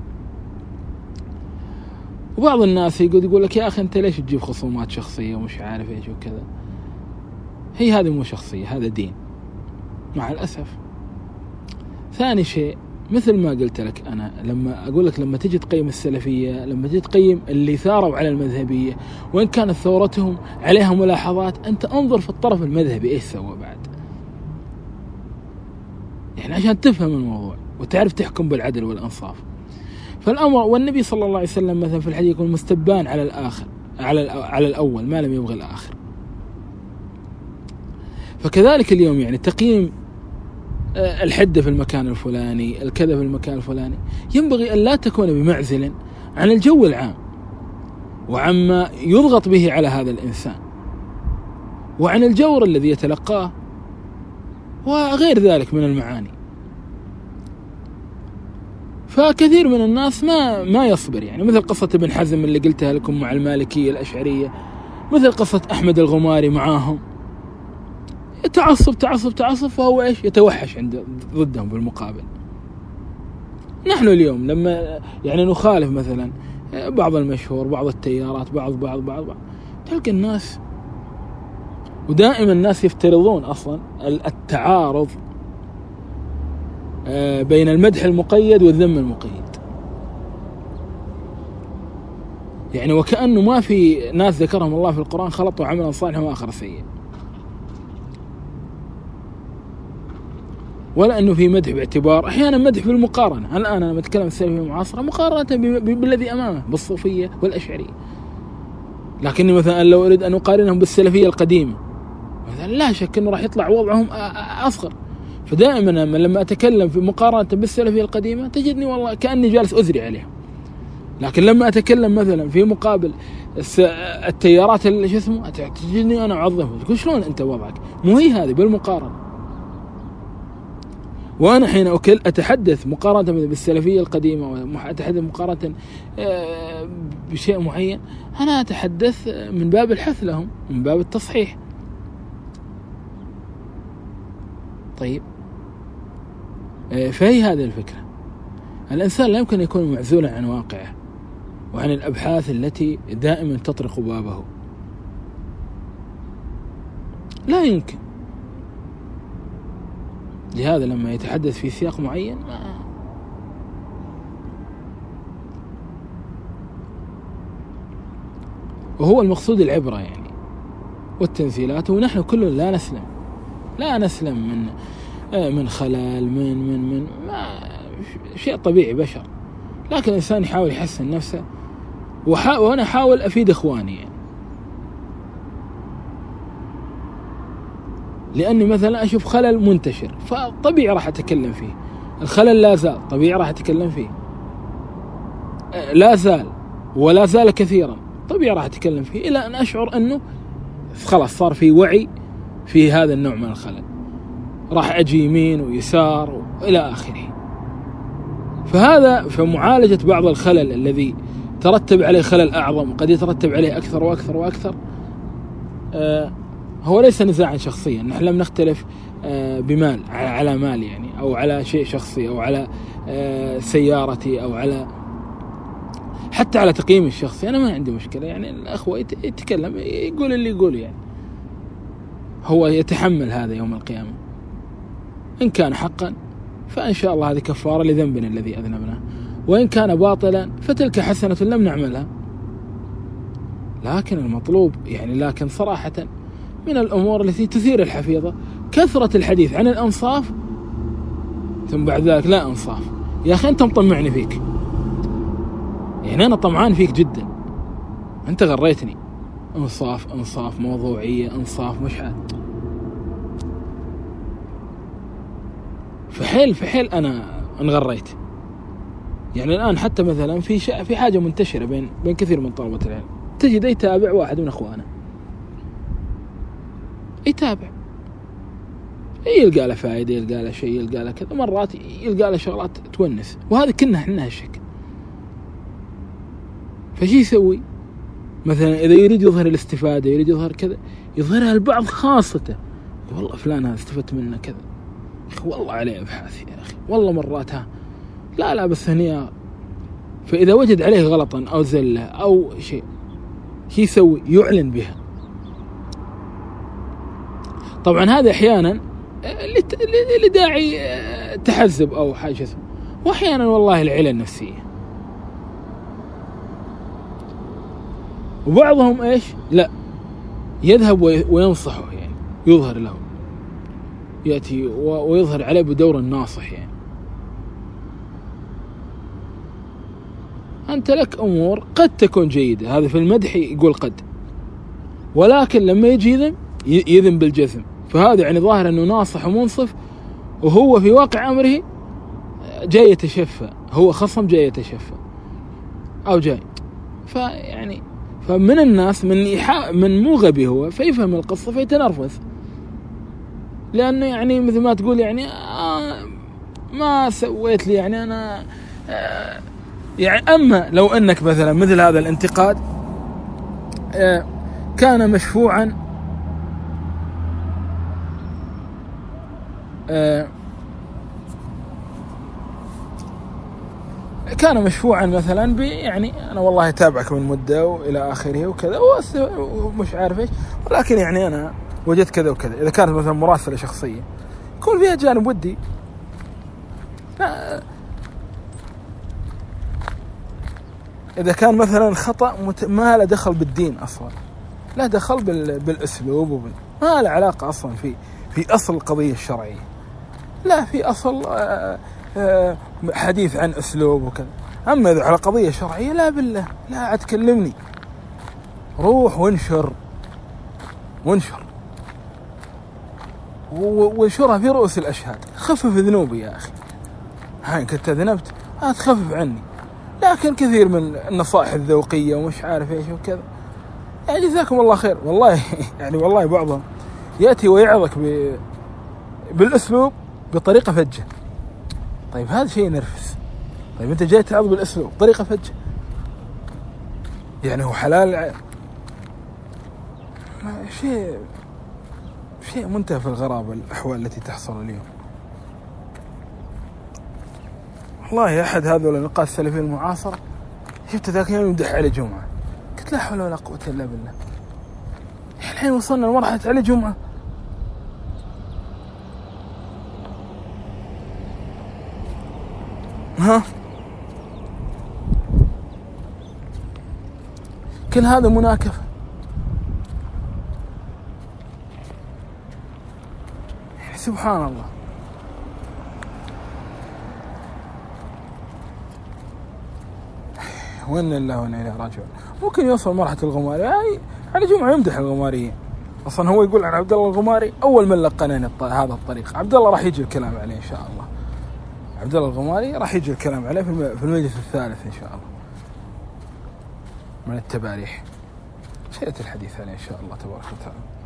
وبعض الناس يقول لك يا أخي أنت ليش تجيب خصومات شخصية ومش عارف إيش وكذا. هي هذه مو شخصية، هذا دين مع الأسف. ثاني شيء مثل ما قلت لك أنا، لما أقول لك لما تجي تقيم السلفية، لما تجي تقيم اللي ثاروا على المذهبية وإن كانت ثورتهم عليها ملاحظات، أنت انظر في الطرف المذهبي إيش سوى بعد، يعني عشان تفهم الموضوع وتعرف تحكم بالعدل والإنصاف. فالأمر، والنبي صلى الله عليه وسلم مثلا في الحديث يقول مستبان على الآخر على الأول ما لم يبغي الآخر. فكذلك اليوم يعني تقييم الحدة في المكان الفلاني، الكذا في المكان الفلاني، ينبغي أن لا تكون بمعزل عن الجو العام وعما يضغط به على هذا الإنسان وعن الجور الذي يتلقاه وغير ذلك من المعاني. فكثير من الناس ما يصبر، يعني مثل قصة ابن حزم اللي قلتها لكم مع المالكية الأشعرية، مثل قصة أحمد الغماري معاهم، تعصب فهو إيش يتوحش ضدهم بالمقابل. نحن اليوم لما يعني نخالف مثلا بعض المشهور، بعض التيارات، بعض تلقى الناس، ودائما الناس يفترضون أصلا التعارض بين المدح المقيد والذم المقيد، يعني وكأنه ما في ناس ذكرهم الله في القرآن خلطوا عملا صالحا وآخر سيء، ولا أنه في مدح باعتبار أحيانا مدح بالمقارنة. الآن أنا بتكلم السلفية المعاصرة مقارنة بالذي أمامه بالصوفية والأشعرية، لكني مثلا لو أريد أن أقارنهم بالسلفية القديمة مثلا لا شك أنه راح يطلع وضعهم أصغر. فدائما لما أتكلم في مقارنة بالسلفية القديمة تجدني والله كأني جالس أزري عليهم، لكن لما أتكلم مثلا في مقابل التيارات اللي شو اسمه تجدني أنا أعظمهم. تقول شلون أنت وضعك؟ مو هي هذه بالمقارنة. وأنا حين أتحدث مقارنة بالسلفية القديمة وأتحدث مقارنة بشيء معين، أنا أتحدث من باب الحث لهم، من باب التصحيح. طيب، فهي هذه الفكرة. الإنسان لا يمكن يكون معزولا عن واقعه وعن الأبحاث التي دائما تطرق بابه، لا يمكن. لهذا لما يتحدث في سياق معين وهو المقصود العبرة يعني والتنزيلات، ونحن كلنا لا نسلم من من خلل من ما شيء طبيعي بشر، لكن الإنسان يحاول يحسن نفسه، وأنا أحاول أفيد إخواني يعني. لأني مثلا أشوف خلل منتشر فطبيعي راح أتكلم فيه، الخلل لا زال طبيعي راح أتكلم فيه، لا زال ولا زال كثيرا طبيعي راح أتكلم فيه، إلى أن أشعر أنه خلاص صار في وعي في هذا النوع من الخلل، راح أجي يمين ويسار وإلى آخره. في معالجة بعض الخلل الذي ترتب عليه خلل أعظم وقد يترتب عليه أكثر وأكثر وأكثر، هو ليس نزاعا شخصيا، نحن لم نختلف بمال على مال يعني، أو على شيء شخصي، أو على سيارتي، أو على حتى على تقييمي الشخصي. أنا ما عندي مشكلة يعني، الأخوة يتكلم يقول اللي يقول يعني، هو يتحمل هذا يوم القيامة، إن كان حقا فإن شاء الله هذه كفارة لذنبنا الذي أذنبناه، وإن كان باطلا فتلك حسنة لم نعملها. لكن المطلوب يعني، لكن صراحة من الأمور التي تثير الحفيظة كثرة الحديث عن الأنصاف، ثم بعد ذلك لا أنصاف. يا أخي أنت مطمعني فيك يعني، أنا طمعان فيك جدا، أنت غريتني. أنصاف موضوعية، أنصاف مش عاد. فحيل أنا انغريت يعني. الآن حتى مثلا في حاجة منتشرة بين كثير من طلبة العلم، تجد يتابع واحد من أخوانه، يتابع يلقى له فائدة، يلقى له شيء، يلقى له كذا، مرات يلقى له شغلات تونس، وهذا كنا احنا هالشكل. فشي يسوي مثلا إذا يريد يظهر الاستفادة، يريد يظهر كذا، يظهرها البعض خاصته، والله فلان هذا استفدت منه كذا، أخي والله عليه أبحاث يا أخي، والله مراتها لا بس هني. فإذا وجد عليه غلطا أو زلة أو شيء يسوي يعلن بها. طبعا هذا أحيانا لداعي تحزب أو حاجة، وأحيانا والله العلة النفسية. وبعضهم إيش لا يذهب وينصحه يعني، يظهر له، يأتي ويظهر عليه بدور الناصح يعني. أنت لك أمور قد تكون جيدة، هذا في المدح يقول قد، ولكن لما يجي يذم بالجزم، فهذا يعني ظاهر أنه ناصح ومنصف، وهو في واقع أمره جاي يتشفى، هو خصم جاي يتشفى أو جاي. فيعني فمن الناس من مو غبي هو فيفهم القصة فيتنرفز، لأنه يعني مثل ما تقول يعني ما سويت لي يعني أنا يعني. أما لو أنك مثلا مثل هذا الانتقاد كان مشفوعا مثلا يعني أنا والله أتابعك من مدة وإلى آخره وكذا ومش عارف إيش، ولكن يعني أنا وجدت كذا وكذا. إذا كانت مثلا مراسلة شخصية يكون فيها جانب ودي، إذا كان مثلا خطأ ما له دخل بالدين أصلا، لا دخل بالأسلوب ما له علاقة أصلا في أصل القضية الشرعية، لا في أصل حديث عن أسلوب وكذا. أما إذا على قضية شرعية لا بالله لا عاد تكلمني، روح وانشرها في رؤوس الأشهاد، خفف ذنوبي يا أخي، هاي كنت ذنبت تخفف عني. لكن كثير من النصائح الذوقية ومش عارف إيش وكذا يعني جزاكم الله خير والله يعني والله بعضهم يأتي ويعظك بالأسلوب بطريقة فجة. طيب هذا شيء نرفز. طيب أنت جاي تعظ بالأسلوب بطريقة فجة، يعني هو حلال؟ شيء منتهى في الغرابة الأحوال التي تحصل اليوم. والله أحد هذول النقاش السلفية المعاصرة شفت ذاك يوم يمدح على جمعة، قلت لا حول ولا قوة إلا بالله، الحين وصلنا لمرحلة على جمعة. كل هذا مناكفة. سبحان الله. وإنا لله وإنا إليه راجعون. ممكن يوصل مرحلة الغماري على جمعة يمدح الغماريين. أصلا هو يقول عن عبد الله الغماري أول من لقنني هذا الطريق. عبد الله راح يجي الكلام عليه إن شاء الله. عبد الله الغماري راح يجي الكلام عليه في المجلس الثالث إن شاء الله من التباريح. شيء الحديث عليه إن شاء الله تبارك وتعالى.